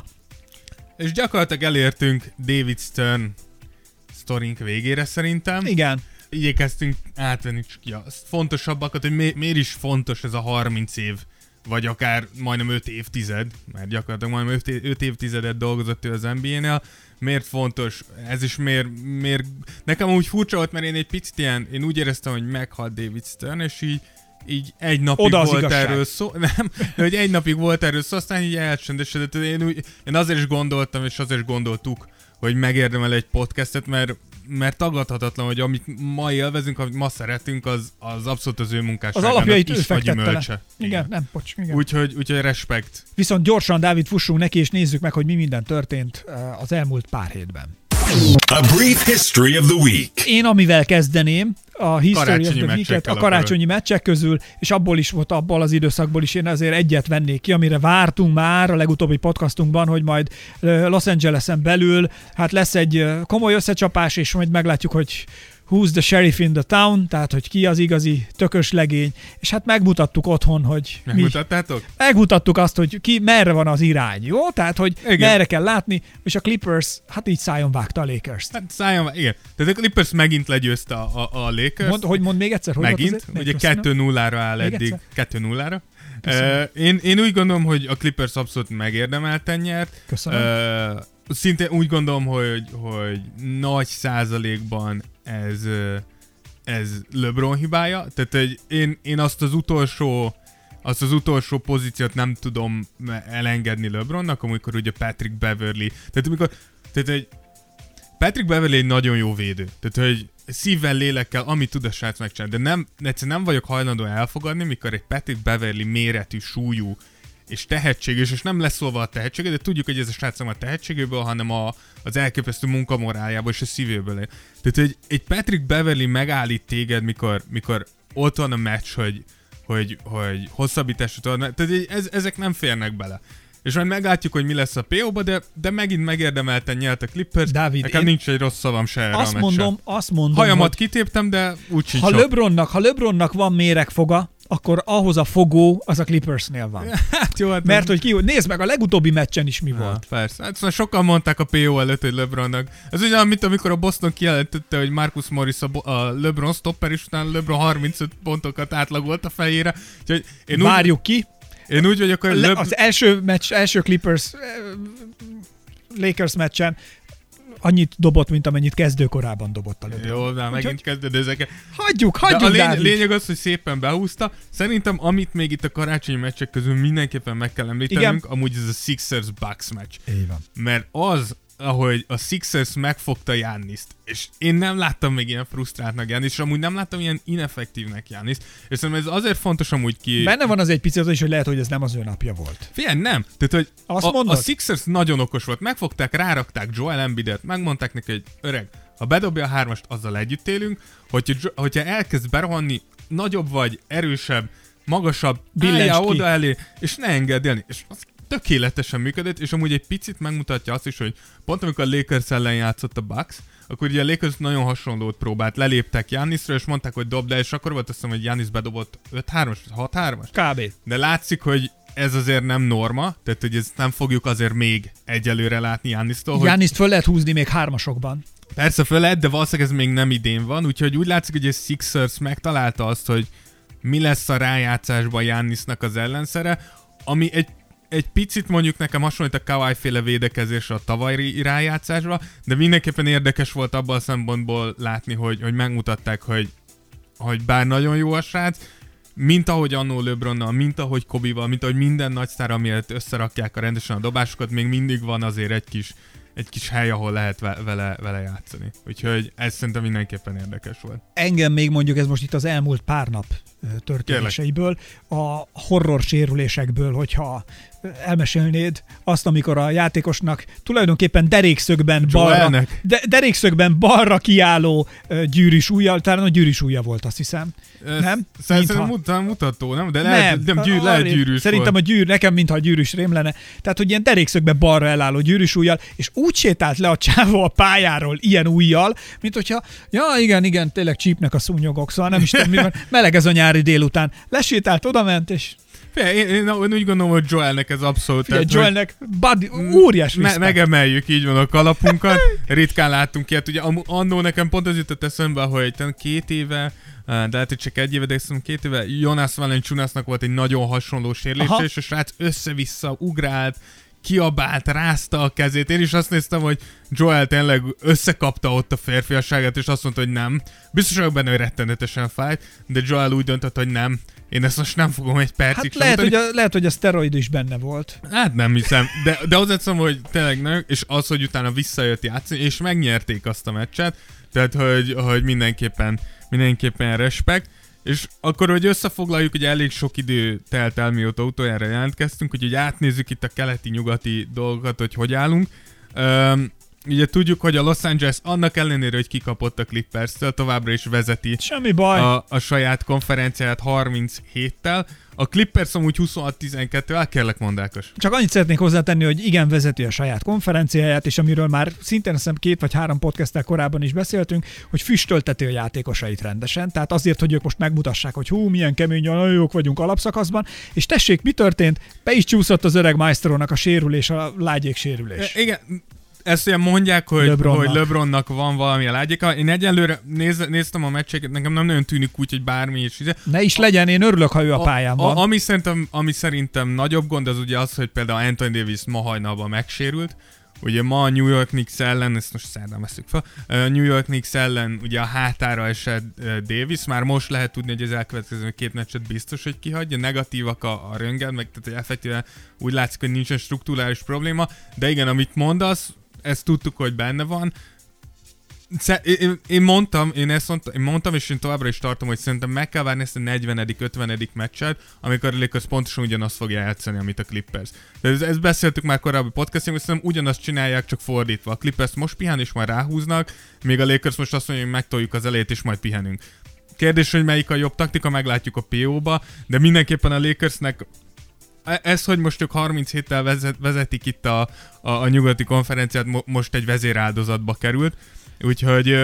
És gyakorlatilag elértünk David Stern sztorink végére szerintem. Igen. Igyekeztünk átvenni csak a fontosabbakat, hogy mi, miért is fontos ez a harminc év, vagy akár majdnem öt évtized, mert gyakorlatilag majdnem öt évtizedet dolgozott ő az en bé á-nél. Miért fontos? Ez is miért, miért... Nekem úgy furcsa volt, mert én egy picit ilyen, én úgy éreztem, hogy meghalt David Stern, és így, így egy napig Oda volt igazság. erről szó, nem, de hogy egy napig volt erről szó, aztán így elcsendesedett. Én, úgy, én azért is gondoltam, és azért is gondoltuk, hogy megérdemel egy podcastet, mert mert tagadhatatlan, hogy amit ma élvezünk, amit ma szeretünk, az, az abszolút az ő munkásságának az alapjait is ő vagy fektette gyümölcse. le. Igen, igen, nem, bocs, igen. Úgyhogy, úgyhogy respekt. Viszont gyorsan, Dávid, fussunk neki, és nézzük meg, hogy mi minden történt az elmúlt pár hétben. A brief history of the week. Én amivel kezdeném, a History Karácsonyi of the Week-et, a karácsonyi akarod. meccsek közül, és abból is volt, abból az időszakból is én azért egyet vennék ki, amire vártunk már a legutóbbi podcastunkban, hogy majd Los Angelesen belül hát lesz egy komoly összecsapás, és majd meglátjuk, hogy who's the sheriff in the town, tehát hogy ki az igazi tökös legény, és hát megmutattuk otthon, hogy Megmutattátok? mi, megmutattuk azt, hogy ki merre van az irány, jó? Tehát, hogy igen. merre kell látni, és a Clippers, hát így szájon vágta a Lakers-t. Hát szájon, igen. Tehát a Clippers megint legyőzte a, a, a Lakers. Mond, hogy mond még egyszer? Hogy megint, ugye kettő nullára áll még eddig. Egyszer? kettő nullára. Uh, én, én úgy gondolom, hogy a Clippers abszolút megérdemelten nyert. Köszönöm. Uh, szintén úgy gondolom, hogy, hogy nagy százalékban ez, ez LeBron hibája. Tehát hogy én, én azt az utolsó azt az utolsó pozíciót nem tudom elengedni LeBronnak, amikor ugye Patrick Beverley. Tehát amikor, tehát hogy Patrick Beverley egy nagyon jó védő. Tehát hogy szívvel, lélekkel, amit tud a srác megcsinálni. De nem, egyszerűen nem vagyok hajlandó elfogadni, mikor egy Patrick Beverley méretű, súlyú és tehetséges, és nem leszólva a tehetsége, de tudjuk, hogy ez a srác nem a tehetségéből, hanem a, az elképesztő munkamoráljából és a szívéből él. Tehát, hogy egy Patrick Beverley megállít téged, mikor, mikor ott van a meccs, hogy, hogy, hogy hosszabbításra tudod, tehát ez, ezek nem férnek bele. És majd meglátjuk, hogy mi lesz a pé ó-ba, de, de megint megérdemelten nyert a Clippers. Dávid, nekem én nincs egy rossz szavam se erre azt a mondom, azt mondom, Hajamat hogy kitéptem, de úgy sincs ha sok. LeBronnak, ha LeBronnak van méregfoga, akkor ahhoz a fogó az a Clippersnél van. Hát jó, hát Mert hogy ki, nézd meg, a legutóbbi meccsen is mi ja, volt. Persze. Hát szóval sokan mondták a pé ó előtt, hogy LeBronnak. Ez ugyan, mint amikor a Boston kijelentette, hogy Marcus Morris a, Bo- a LeBron stopper, és utána LeBron harmincöt pontokat átlagolt a fejére. Úgyhogy én Várjuk úgy, ki. Én úgy vagyok, hogy Le, Le- az első meccs, első Clippers eh, Lakers meccsen annyit dobott, mint amennyit kezdőkorában dobott a LeBron. Jó, de megint kezded ezeket. Hagyjuk, De hagyjuk, a lény- Dávid. lényeg az, hogy szépen behúzta. Szerintem, amit még itt a karácsonyi meccsek közül mindenképpen meg kell említenünk, Igen. amúgy ez a Sixers-Bucks meccs. Így van. Mert az, ahogy a Sixers megfogta Gianniszt, és én nem láttam még ilyen frusztráltnak Giannis, és amúgy nem láttam ilyen ineffektívnek Gianniszt, és szerintem ez azért fontos amúgy ki... Benne van az egy picit az is, hogy lehet, hogy ez nem az ő napja volt. Figyelj, nem. Tehát, hogy Azt a, mondod? a Sixers nagyon okos volt. Megfogták, rárakták Joel Embiidet, megmondták neki, hogy öreg, ha bedobja a hármast, azzal együtt élünk, hogyha, hogyha elkezd berohanni, nagyobb vagy, erősebb, magasabb, billentsd oda elé, és ne engedd élni. És az tökéletesen működött, és amúgy egy picit megmutatja azt is, hogy pont amikor a Lakers ellen játszott a Bucks, akkor ugye a Lakers nagyon hasonlót próbált, leléptek Giannisra, és mondták, hogy dobd le, és akkor volt azt hiszem, hogy Giannis bedobott öt hármas, hat hármas. Kb. De látszik, hogy ez azért nem norma, tehát hogy ezt nem fogjuk azért még egyelőre látni Giannistól. Hogy... Gianniszt föl lehet húzni még hármasokban. Persze föl lehet, de valószínűleg ez még nem idén van, úgyhogy úgy látszik, hogy a Sixers megtalálta azt, hogy mi lesz a rájátszásban Giannisnak az ellenszere, ami egy egy picit mondjuk nekem hasonlít a Kawhi-féle védekezésre a tavalyi rájátszásra, de mindenképpen érdekes volt abban a szempontból látni, hogy, hogy megmutatták, hogy, hogy bár nagyon jó a srác, mint ahogy annó LeBronnal, mint ahogy Kobival, mint ahogy minden nagy sztár, amiért összerakják a rendesen a dobásokat, még mindig van azért egy kis, egy kis hely, ahol lehet vele, vele játszani. Úgyhogy ez szerintem mindenképpen érdekes volt. Engem még mondjuk ez most itt az elmúlt pár nap történéseiből, a horror sérülésekből, hogyha elmesélnéd azt, amikor a játékosnak tulajdonképpen derékszögben balra, de, derékszögben balra kiálló uh, gyűrűs ujjal, talán a gyűrűs ujja volt, azt hiszem. Ez nem? Szerintem mintha... mutató, nem? De lehet, nem, nem gyűr, a, lehet gyűrűs Szerintem volt. a gyűr, nekem mintha a gyűrűs rém lenne. Tehát, hogy ilyen derékszögben balra elálló gyűrűs ujjal, és úgy sétált le a csávó a pályáról ilyen ujjal, mint hogyha, ja igen, igen, tényleg csípnek a szúnyogok, szóval nem is tudom, mi van, meleg ez a nyári délután. Lesétált, odament, és Figyelj, én, én, én úgy gondolom, hogy Joelnek ez abszolút... Figyelj, Joelnek body, óriás me- megemeljük így van a kalapunkat. Ritkán láttunk ilyet. Ugye annó nekem pont az jutott eszembe, hogy két éve, de lehet, hogy csak egy éve, de hiszem két éve Jonas Valanciunasnak volt egy nagyon hasonló sérülése, és a srác össze-vissza ugrált, kiabált, rázta a kezét. Én is azt néztem, hogy Joel tényleg összekapta ott a férfiasságát, és azt mondta, hogy nem. Biztos vagyok benne, hogy rettenetesen fájt, de Joel úgy döntött, hogy nem. Én ezt most nem fogom egy percig hát lehet, hogy a, lehet, hogy a szteroid is benne volt. Hát nem hiszem, de, de az egyszerűen, hogy tényleg nem, és az, hogy utána visszajött játszani, és megnyerték azt a meccset, tehát, hogy, hogy mindenképpen, mindenképpen respekt. És akkor, hogy összefoglaljuk, hogy elég sok idő telt el, mióta utoljára jelentkeztünk, úgyhogy átnézzük itt a keleti-nyugati dolgokat, hogy hogy állunk. Üm, ugye tudjuk, hogy a Los Angeles annak ellenére, hogy kikapott a Clippers-től, továbbra is vezeti Semmi baj. A, a saját konferenciáját harminchéttel. A Clippers amúgy huszonhat tizenkettővel, kérlek mondd, Ákos. Csak annyit szeretnék hozzátenni, hogy igen, vezeti a saját konferenciáját, és amiről már szintén azt hiszem két vagy három podcasttel korábban is beszéltünk, hogy füstölteti a játékosait rendesen, tehát azért, hogy ők most megmutassák, hogy hú, milyen kemény, nagyon jók vagyunk alapszakaszban, és tessék, mi történt? Be is csúszott az öreg Maestrónak a sérülés, a lágyék sérülés. E, igen. Ezt ugye mondják, hogy LeBronnak. hogy LeBronnak van valami a lágyéka. Én egyelőre néz, néztem a meccseket, nekem nem nagyon tűnik úgy, hogy bármi is. Ne is legyen, én örülök, ha ő a pályán van. A, ami, szerintem, ami szerintem nagyobb gond, az ugye az, hogy például Anthony Davis ma hajnalban megsérült. Ugye ma a New York Knicks ellen, ezt most szerdán veszük fel, a New York Knicks ellen ugye a hátára esett Davis, már most lehet tudni, hogy az elkövetkező két meccset biztos, hogy kihagyja, negatívak a, a röntgen, meg tehát effektíven úgy látszik, hogy nincsen strukturális probléma, de igen, amit mondasz, ezt tudtuk, hogy benne van. Én, én mondtam, én ezt mondtam, én mondtam, és én továbbra is tartom, hogy szerintem meg kell várni ezt a negyvenedik ötvenedik meccset, amikor a Lakers pontosan ugyanazt fogja játszani, amit a Clippers. De ezt, ezt beszéltük már korábbi podcastjában, hogy szerintem ugyanazt csinálják, csak fordítva. A Clippers most pihen, és majd ráhúznak, még a Lakers most azt mondja, hogy megtoljuk az elejét, és majd pihenünk. Kérdés, hogy melyik a jobb taktika, meglátjuk a pé ó-ba, de mindenképpen a Lakersnek ez, hogy most ők harminc héttel vezet, vezetik itt a, a, a nyugati konferenciát, mo, most egy vezéráldozatba került, úgyhogy...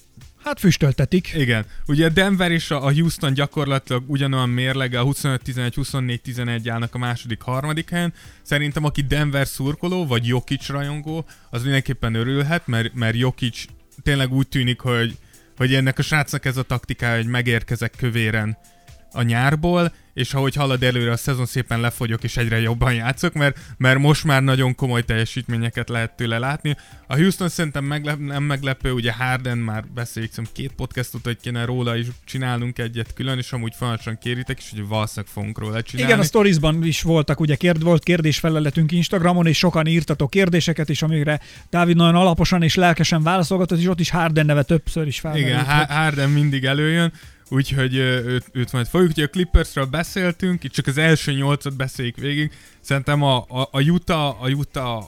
Hát füstöltetik. Igen. Ugye Denver és a Houston gyakorlatilag ugyanolyan mérleggel huszonöt tizenegy, huszonnégy tizenegy állnak a második, harmadik helyen. Szerintem aki Denver szurkoló, vagy Jokic rajongó, az mindenképpen örülhet, mert, mert Jokic tényleg úgy tűnik, hogy, hogy ennek a srácnak ez a taktikája, hogy megérkezek kövéren a nyárból, és ahogy halad előre a szezon, szépen lefogyok, és egyre jobban játszok, mert, mert most már nagyon komoly teljesítményeket lehet tőle látni. A Houston szerintem meglep, nem meglepő, ugye Harden már beszéljük, szerintem két podcastot, hogy kéne róla is csinálnunk egyet külön, és amúgy folyamatosan kéritek is, hogy valószínűleg fogunk róla csinálni. Igen, a Storiesban is voltak, ugye kérd, volt kérdésfeleletünk Instagramon, és sokan írtatok kérdéseket is, amikre Dávid nagyon alaposan és lelkesen válaszolgatott, és ott is Harden neve többször is felmerült. Igen, Harden mindig előjön. Úgyhogy őt, őt majd fogjuk, hogy a Clippersről beszéltünk, itt csak az első nyolcat beszéljük végig. Szerintem a, a, a Utah, a Utah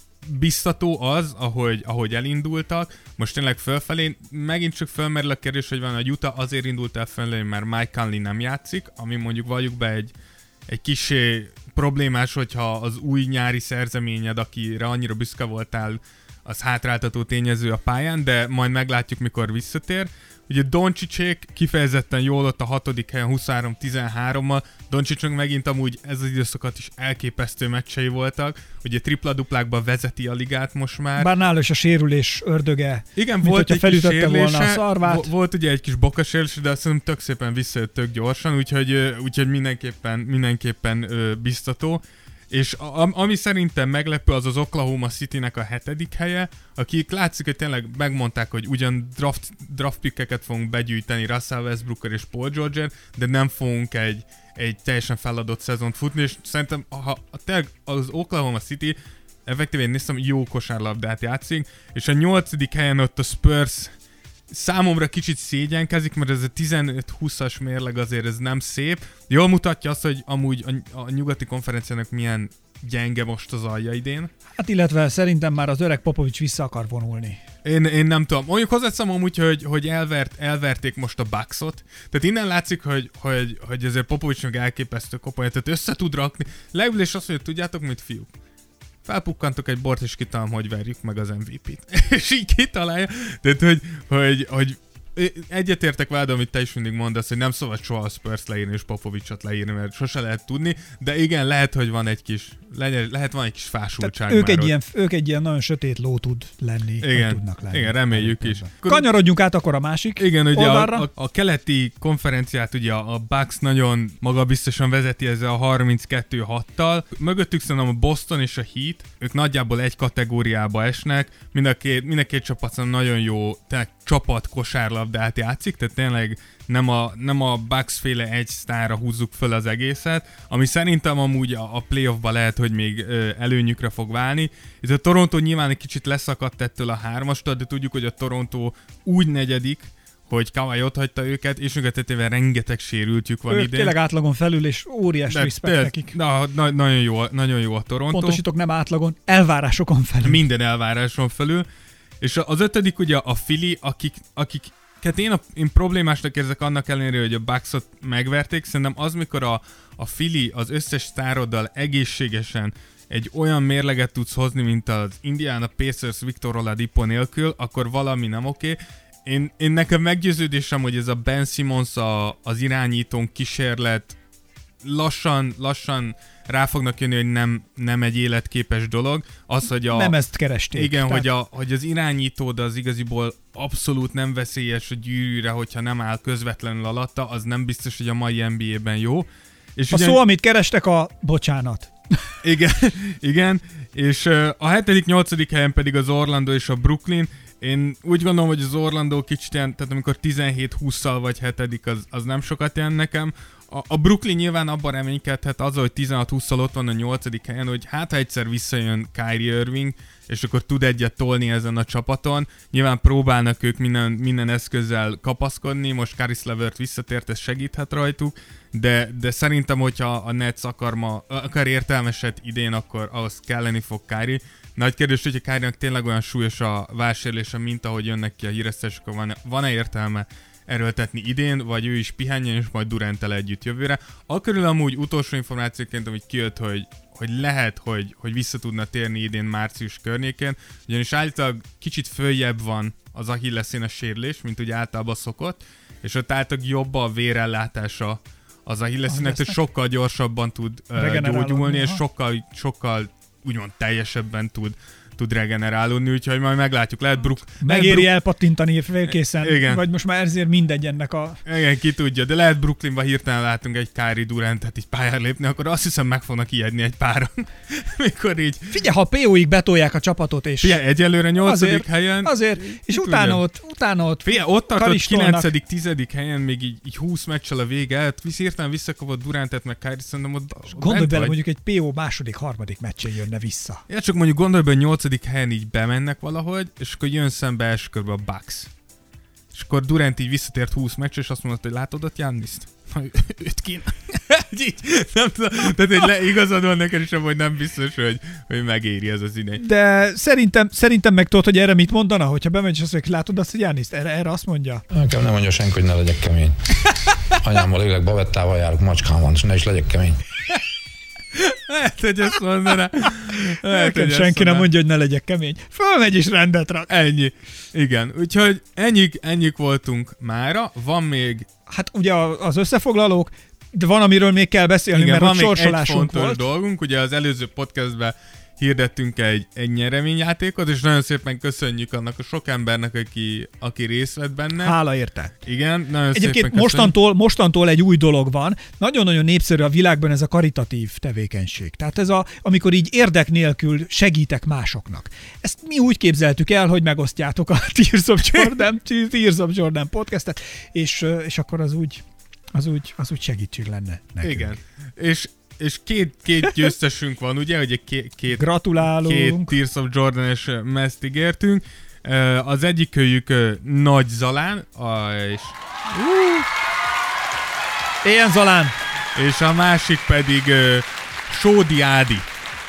biztató az, ahogy, ahogy elindultak, most tényleg fölfelé, megint csak fölmerül a kérdés, hogy van a Utah azért indult el fölfelé, mert Mike Conley nem játszik, ami mondjuk valljuk be egy, egy kissé problémás, hogyha az új nyári szerzeményed, akire annyira büszke voltál, az hátráltató tényező a pályán, de majd meglátjuk, mikor visszatér. Ugye Doncsicsék kifejezetten jól ott a hatodik helyen huszonhárom tizenhárommal. Doncsicsék megint amúgy ez az időszakat is elképesztő meccsei voltak. Ugye tripla-duplákban vezeti a ligát most már. Bár nála is a sérülés ördöge. Igen, mint volt egy kis sérülése, volna a szarvát. Volt ugye egy kis bokasérülés, de azt hiszem tök szépen visszajött tök gyorsan, úgyhogy, úgyhogy mindenképpen, mindenképpen biztató. És a, ami szerintem meglepő, az az Oklahoma Citynek a hetedik helye, akik látszik, hogy tényleg megmondták, hogy ugyan draft, draft pickeket fogunk begyűjteni Russell Westbrooker és Paul George-ért, de nem fogunk egy, egy teljesen feladott szezont futni, és szerintem ha tényleg az Oklahoma City effektíven néztem, jó kosárlabdát játszik, és a nyolcadik helyen ott a Spurs számomra kicsit szégyenkezik, mert ez a tizenöt húszas mérleg azért ez nem szép. Jól mutatja azt, hogy amúgy a, a nyugati konferenciának milyen gyenge most az alja idén. Hát illetve szerintem már az öreg Popovics vissza akar vonulni. Én, én nem tudom. Mondjuk hozzáteszem amúgy, hogy, hogy elvert, elverték most a Bucksot. Tehát innen látszik, hogy, hogy, hogy azért Popovicsnak elképesztő koponya, tehát össze tud rakni. Legalább is azt, hogy tudjátok mit, fiúk? Felpukkantok egy bort, és kitalálom, hogy verjük meg az em vé pét. És így kitalálja. Tehát, hogy, hogy, hogy egyetértek veled, amit te is mindig mondasz, hogy nem szabad soha a Spurs leírni és Popovicsot leírni, mert sose lehet tudni, de igen, lehet, hogy van egy kis, lehet van egy kis fásultság. Ők egy, ilyen, ők egy ilyen nagyon sötét ló tud lenni. Igen, tudnak lenni. Igen, reméljük is. Kanyarodjunk át akkor a másik Igen, ugye oldalra. a, a, a keleti konferenciát ugye a Bucks nagyon magabiztosan vezeti ezzel a harminckettő hattal. Mögöttük szerintem a Boston és a Heat, ők nagyjából egy kategóriába esnek, mind a két, mind a két csapat nagyon jó, tehát csapat kosárlabdát játszik, tehát tényleg nem a, nem a Bucks féle egy sztárra húzzuk föl az egészet, ami szerintem amúgy a, a playoffba lehet, hogy még ö, előnyükre fog válni. Itt a Toronto nyilván egy kicsit leszakadt ettől a hármastól, de tudjuk, hogy a Toronto úgy negyedik, hogy Kawhi ott hagyta őket, és nyugatetében rengeteg sérültjük van ők idén. tényleg átlagon felül, és óriás De, respekt de, nekik. Na, na, nagyon, jó, nagyon jó a Toronto. Pontosítok, nem átlagon, elvárásokon felül. Minden elváráson felül. És az ötödik ugye a Philly, akik, akiket én, a, én problémásnak érzek annak ellenére, hogy a Bucksot megverték. Szerintem az, mikor a, a Philly az összes sztároddal egészségesen egy olyan mérleget tudsz hozni, mint az Indiana Pacers Victor Oladipo nélkül, akkor valami nem oké. Okay. Én, én nekem meggyőződésem, hogy ez a Ben Simmons a, az irányítón kísérlet lassan, lassan rá fognak jönni, hogy nem, nem egy életképes dolog. Az, hogy a, nem ezt keresték. Igen, tehát... hogy, a, hogy az irányítód az igaziból abszolút nem veszélyes a gyűrűre, hogyha nem áll közvetlenül alatta, az nem biztos, hogy a mai en bé á-ben jó. És a ugyan... szó, amit kerestek, a bocsánat. Igen, igen, és uh, a hetedik, nyolcadik helyen pedig az Orlando és a Brooklyn. Én úgy gondolom, hogy az Orlando kicsit ilyen, tehát amikor tizenhét hússzal vagy hetedik, az, az nem sokat jelent nekem. A, a Brooklyn nyilván abban reménykedhet azzal, hogy tizenhat hússzal ott van a nyolcadik helyen, hogy hát ha egyszer visszajön Kyrie Irving, és akkor tud egyet tolni ezen a csapaton. Nyilván próbálnak ők minden, minden eszközzel kapaszkodni, most Caris LeVert visszatért, ez segíthet rajtuk, de, de szerintem, hogyha a Nets akar, ma, akar értelmeset idén, akkor ahhoz kelleni fog Kyrie. Nagy kérdés, hogyha Kyrie-nak tényleg olyan súlyos a vásárlése, mint ahogy jönnek ki a híresztések, akkor van, van-e értelme erőltetni idén, vagy ő is pihenjen, és majd Duranttel együtt jövőre. Akkörül amúgy utolsó információként, amit kijött, hogy, hogy lehet, hogy, hogy vissza tudna térni idén március környékén, ugyanis általában kicsit följebb van az Achilleszénes sérülés, mint ugye általában szokott, és ott általában jobb a vérellátása az Achilleszének, hogy sokkal gyorsabban tud uh, gyógyulni, és sokkal, sokkal úgymond teljesebben tud tud regenerálódni, úgyhogy majd meglátjuk. Lehet Brook... Megéri Brook... elpattintani félkészen, igen. Vagy most már ezért mindegy ennek a... Igen, ki tudja, de lehet Brooklynba hirtelen látunk egy Kyrie Durantet így pályára lépni, akkor azt hiszem meg fognak ijedni egy páron. Mikor így... Figyelj, ha pé ó-ig betolják a csapatot, és... Figyelj, egyelőre nyolcadik azért, helyen... Azért, és utána ott, utána ott... Figyelj, ott tartott kilencedik tizedik helyen, még így, így húsz meccsel a vége, hát visz hirtelen visszakapott Durantet, meg Kyrie, szerintem ott... ott gondolj bele, vagy. Mondjuk egy pé ó második, harmadik meccsén jönne vissza. Ja, csak mondjuk gondolj bele, nyolcadik helyen így bemennek valahogy, és akkor jön szembe első körbe a Bucks. És akkor Durant így visszatért húsz meccs, és azt mondta, hogy látod ott Gianniszt? Őt kéne. Így, nem tudom, tehát egy le, igazad van neked is, hogy nem biztos, hogy, hogy megéri ez az idény. De szerintem, szerintem meg tudod, hogy erre mit mondana, hogyha bemegy, és azt mondja, látod azt, hogy Gianniszt? Erre, erre azt mondja? Nekem nem mondja senki, hogy ne legyek kemény. Anyámmal élek, bavettával járok, macskám van, és ne is legyek kemény. Lehet, hogy ezt mondaná. Lehet, Nekem senki nem mondja, hogy ne legyek kemény. Fölmegy és rendet rak. Ennyi. Igen, úgyhogy ennyik, ennyik voltunk mára. Van még... Hát ugye az összefoglalók, de van, amiről még kell beszélni, igen, mert van ott még sorsolásunk egy fontos volt. dolgunk. Ugye az előző podcastben hirdettünk egy, egy nyereményjátékot, és nagyon szépen köszönjük annak a sok embernek, aki, aki részt vett benne. Hála érte. Igen, nagyon Egyébként szépen mostantól, mostantól egy új dolog van. Nagyon-nagyon népszerű a világban ez a karitatív tevékenység. Tehát ez a, amikor így érdek nélkül segítek másoknak. Ezt mi úgy képzeltük el, hogy megosztjátok a Tears of Jordan, Tears of Jordan podcastet, és, és akkor az úgy, az úgy, az úgy segítség lenne nekünk. Igen. És És két, két győztesünk van, ugye, hogy két, két, Gratulálunk. két Tears of Jordan-es mezt ígértünk. Az egyik kölyük Nagy Zalán, és... Éljen Zalán! És a másik pedig Sódi Ádi,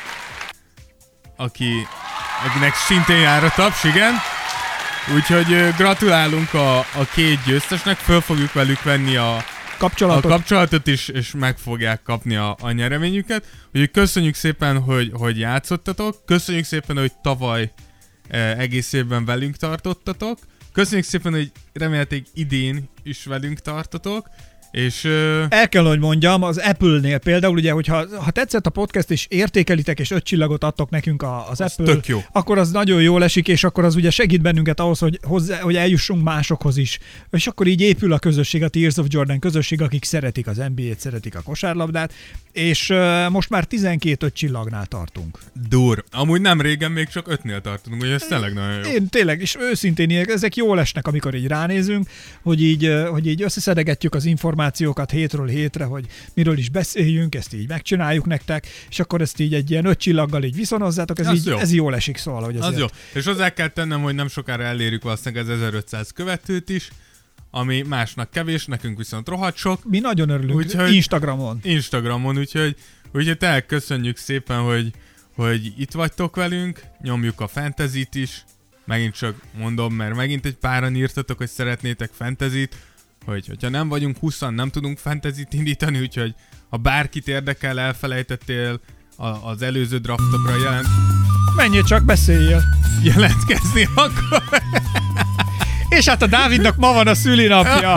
aki, akinek szintén jár a taps, igen. Úgyhogy gratulálunk a, a két győztesnek, föl fogjuk velük venni a kapcsolatot, a kapcsolatot is, és meg fogják kapni a, a nyereményüket. Úgyhogy köszönjük szépen, hogy, hogy játszottatok. Köszönjük szépen, hogy tavaly eh, egész évben velünk tartottatok. Köszönjük szépen, hogy remélhetőleg idén is velünk tartotok. És, uh... el kell, hogy mondjam, az Apple-nél például, ugye, hogyha ha tetszett a podcast, és értékelitek, és öt csillagot adtok nekünk az, az Apple, akkor az nagyon jól esik, és akkor az ugye segít bennünket ahhoz, hogy, hozzá, hogy eljussunk másokhoz is. És akkor így épül a közösség, a Tears of Jordan közösség, akik szeretik az en bé á-t, szeretik a kosárlabdát, és uh, most már tizenkét öt csillagnál tartunk. Dur. Amúgy nem régen még csak ötnél tartunk, hogy ez tényleg nagyon jó. Én tényleg, és őszintén ezek jól esnek, amikor így ránézünk, hogy így, hogy így összeszedegetjük az információkat hétről hétre, hogy miről is beszéljünk, ezt így megcsináljuk nektek, és akkor ezt így egy ilyen öt csillaggal így viszonozzátok, ez, így, jó. ez jól esik, szóval, hogy ezért... Az jó. És hozzá kell tennem, hogy nem sokára elérjük valószínűleg az ezerötszáz követőt is, ami másnak kevés, nekünk viszont rohadt sok. Mi nagyon örülünk. Úgyhogy Instagramon. Instagramon, úgyhogy, úgyhogy tényleg köszönjük szépen, hogy, hogy itt vagytok velünk, nyomjuk a fantasyt is, megint csak mondom, mert megint egy páran írtatok, hogy szeretnétek fantasyt, hogy hogyha nem vagyunk húszan, nem tudunk fantasyt indítani, úgyhogy ha bárkit érdekel, elfelejtettél a, az előző draftokra jelent... Menjél csak, beszéljél. Jelentkezni akkor. És hát a Dávidnak ma van a szülinapja.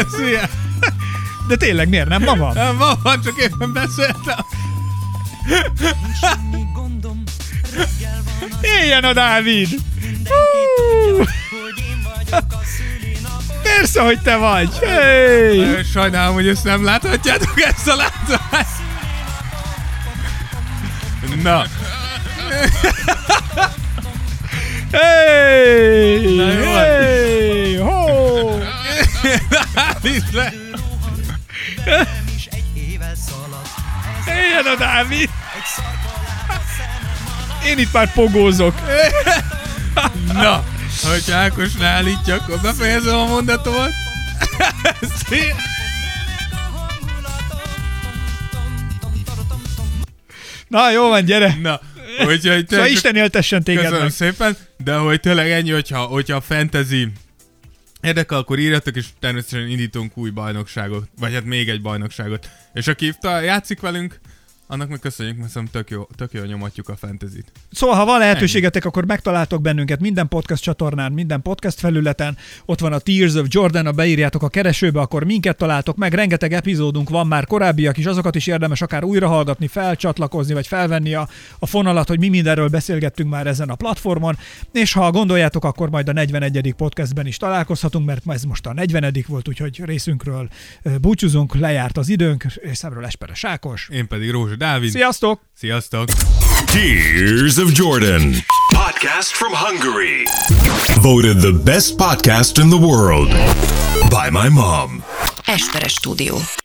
De tényleg miért nem ma van? Nem, ma van, csak éppen beszéltem. Éljen a Dávid! Hú! Persze, hogy te vagy! Hey! Sajnálom, hogy ezt nem láthatjátok, ezt a látomást. Na. Hey! Na jó. Hey! Ho! Éljen a Dávid! Én itt már pogózok. Na, hogyha Ákos leállítja, akkor befejezem a mondatomat. Na, jó van, gyere. Na, úgyhogy... Szóval Isten éltessen téged köszönöm meg. szépen, de hogy tényleg ennyi, hogyha, hogyha a fantasy érdekel, akkor írjatok, és természetesen indítunk új bajnokságot, vagy hát még egy bajnokságot. És aki játszik velünk, annak meg köszönjük, mert szerintem tök jó, tök jó nyomatjuk a fantasyt. Szóval, ha van lehetőségetek, akkor megtaláltok bennünket minden podcast csatornán, minden podcast felületen. Ott van a Tears of Jordan, ha beírjátok a keresőbe, akkor minket találtok meg. Rengeteg epizódunk van már korábbiak is, azokat is érdemes akár újra hallgatni, felcsatlakozni, vagy felvenni a, a fonalat, hogy mi mindenről beszélgettünk már ezen a platformon. És ha gondoljátok, akkor majd a negyvenegyedik podcastben is találkozhatunk, mert ez most a negyvenedik volt, úgyhogy részünkről búcsúzunk, lejárt az időnk, részemről Esperes Ákos. Én pedig Rózsa Dávid. Sziasztok! Sziasztok! Tears of Jordan. Podcast from Hungary. Voted the best podcast in the world by my mom. Esperes Stúdió.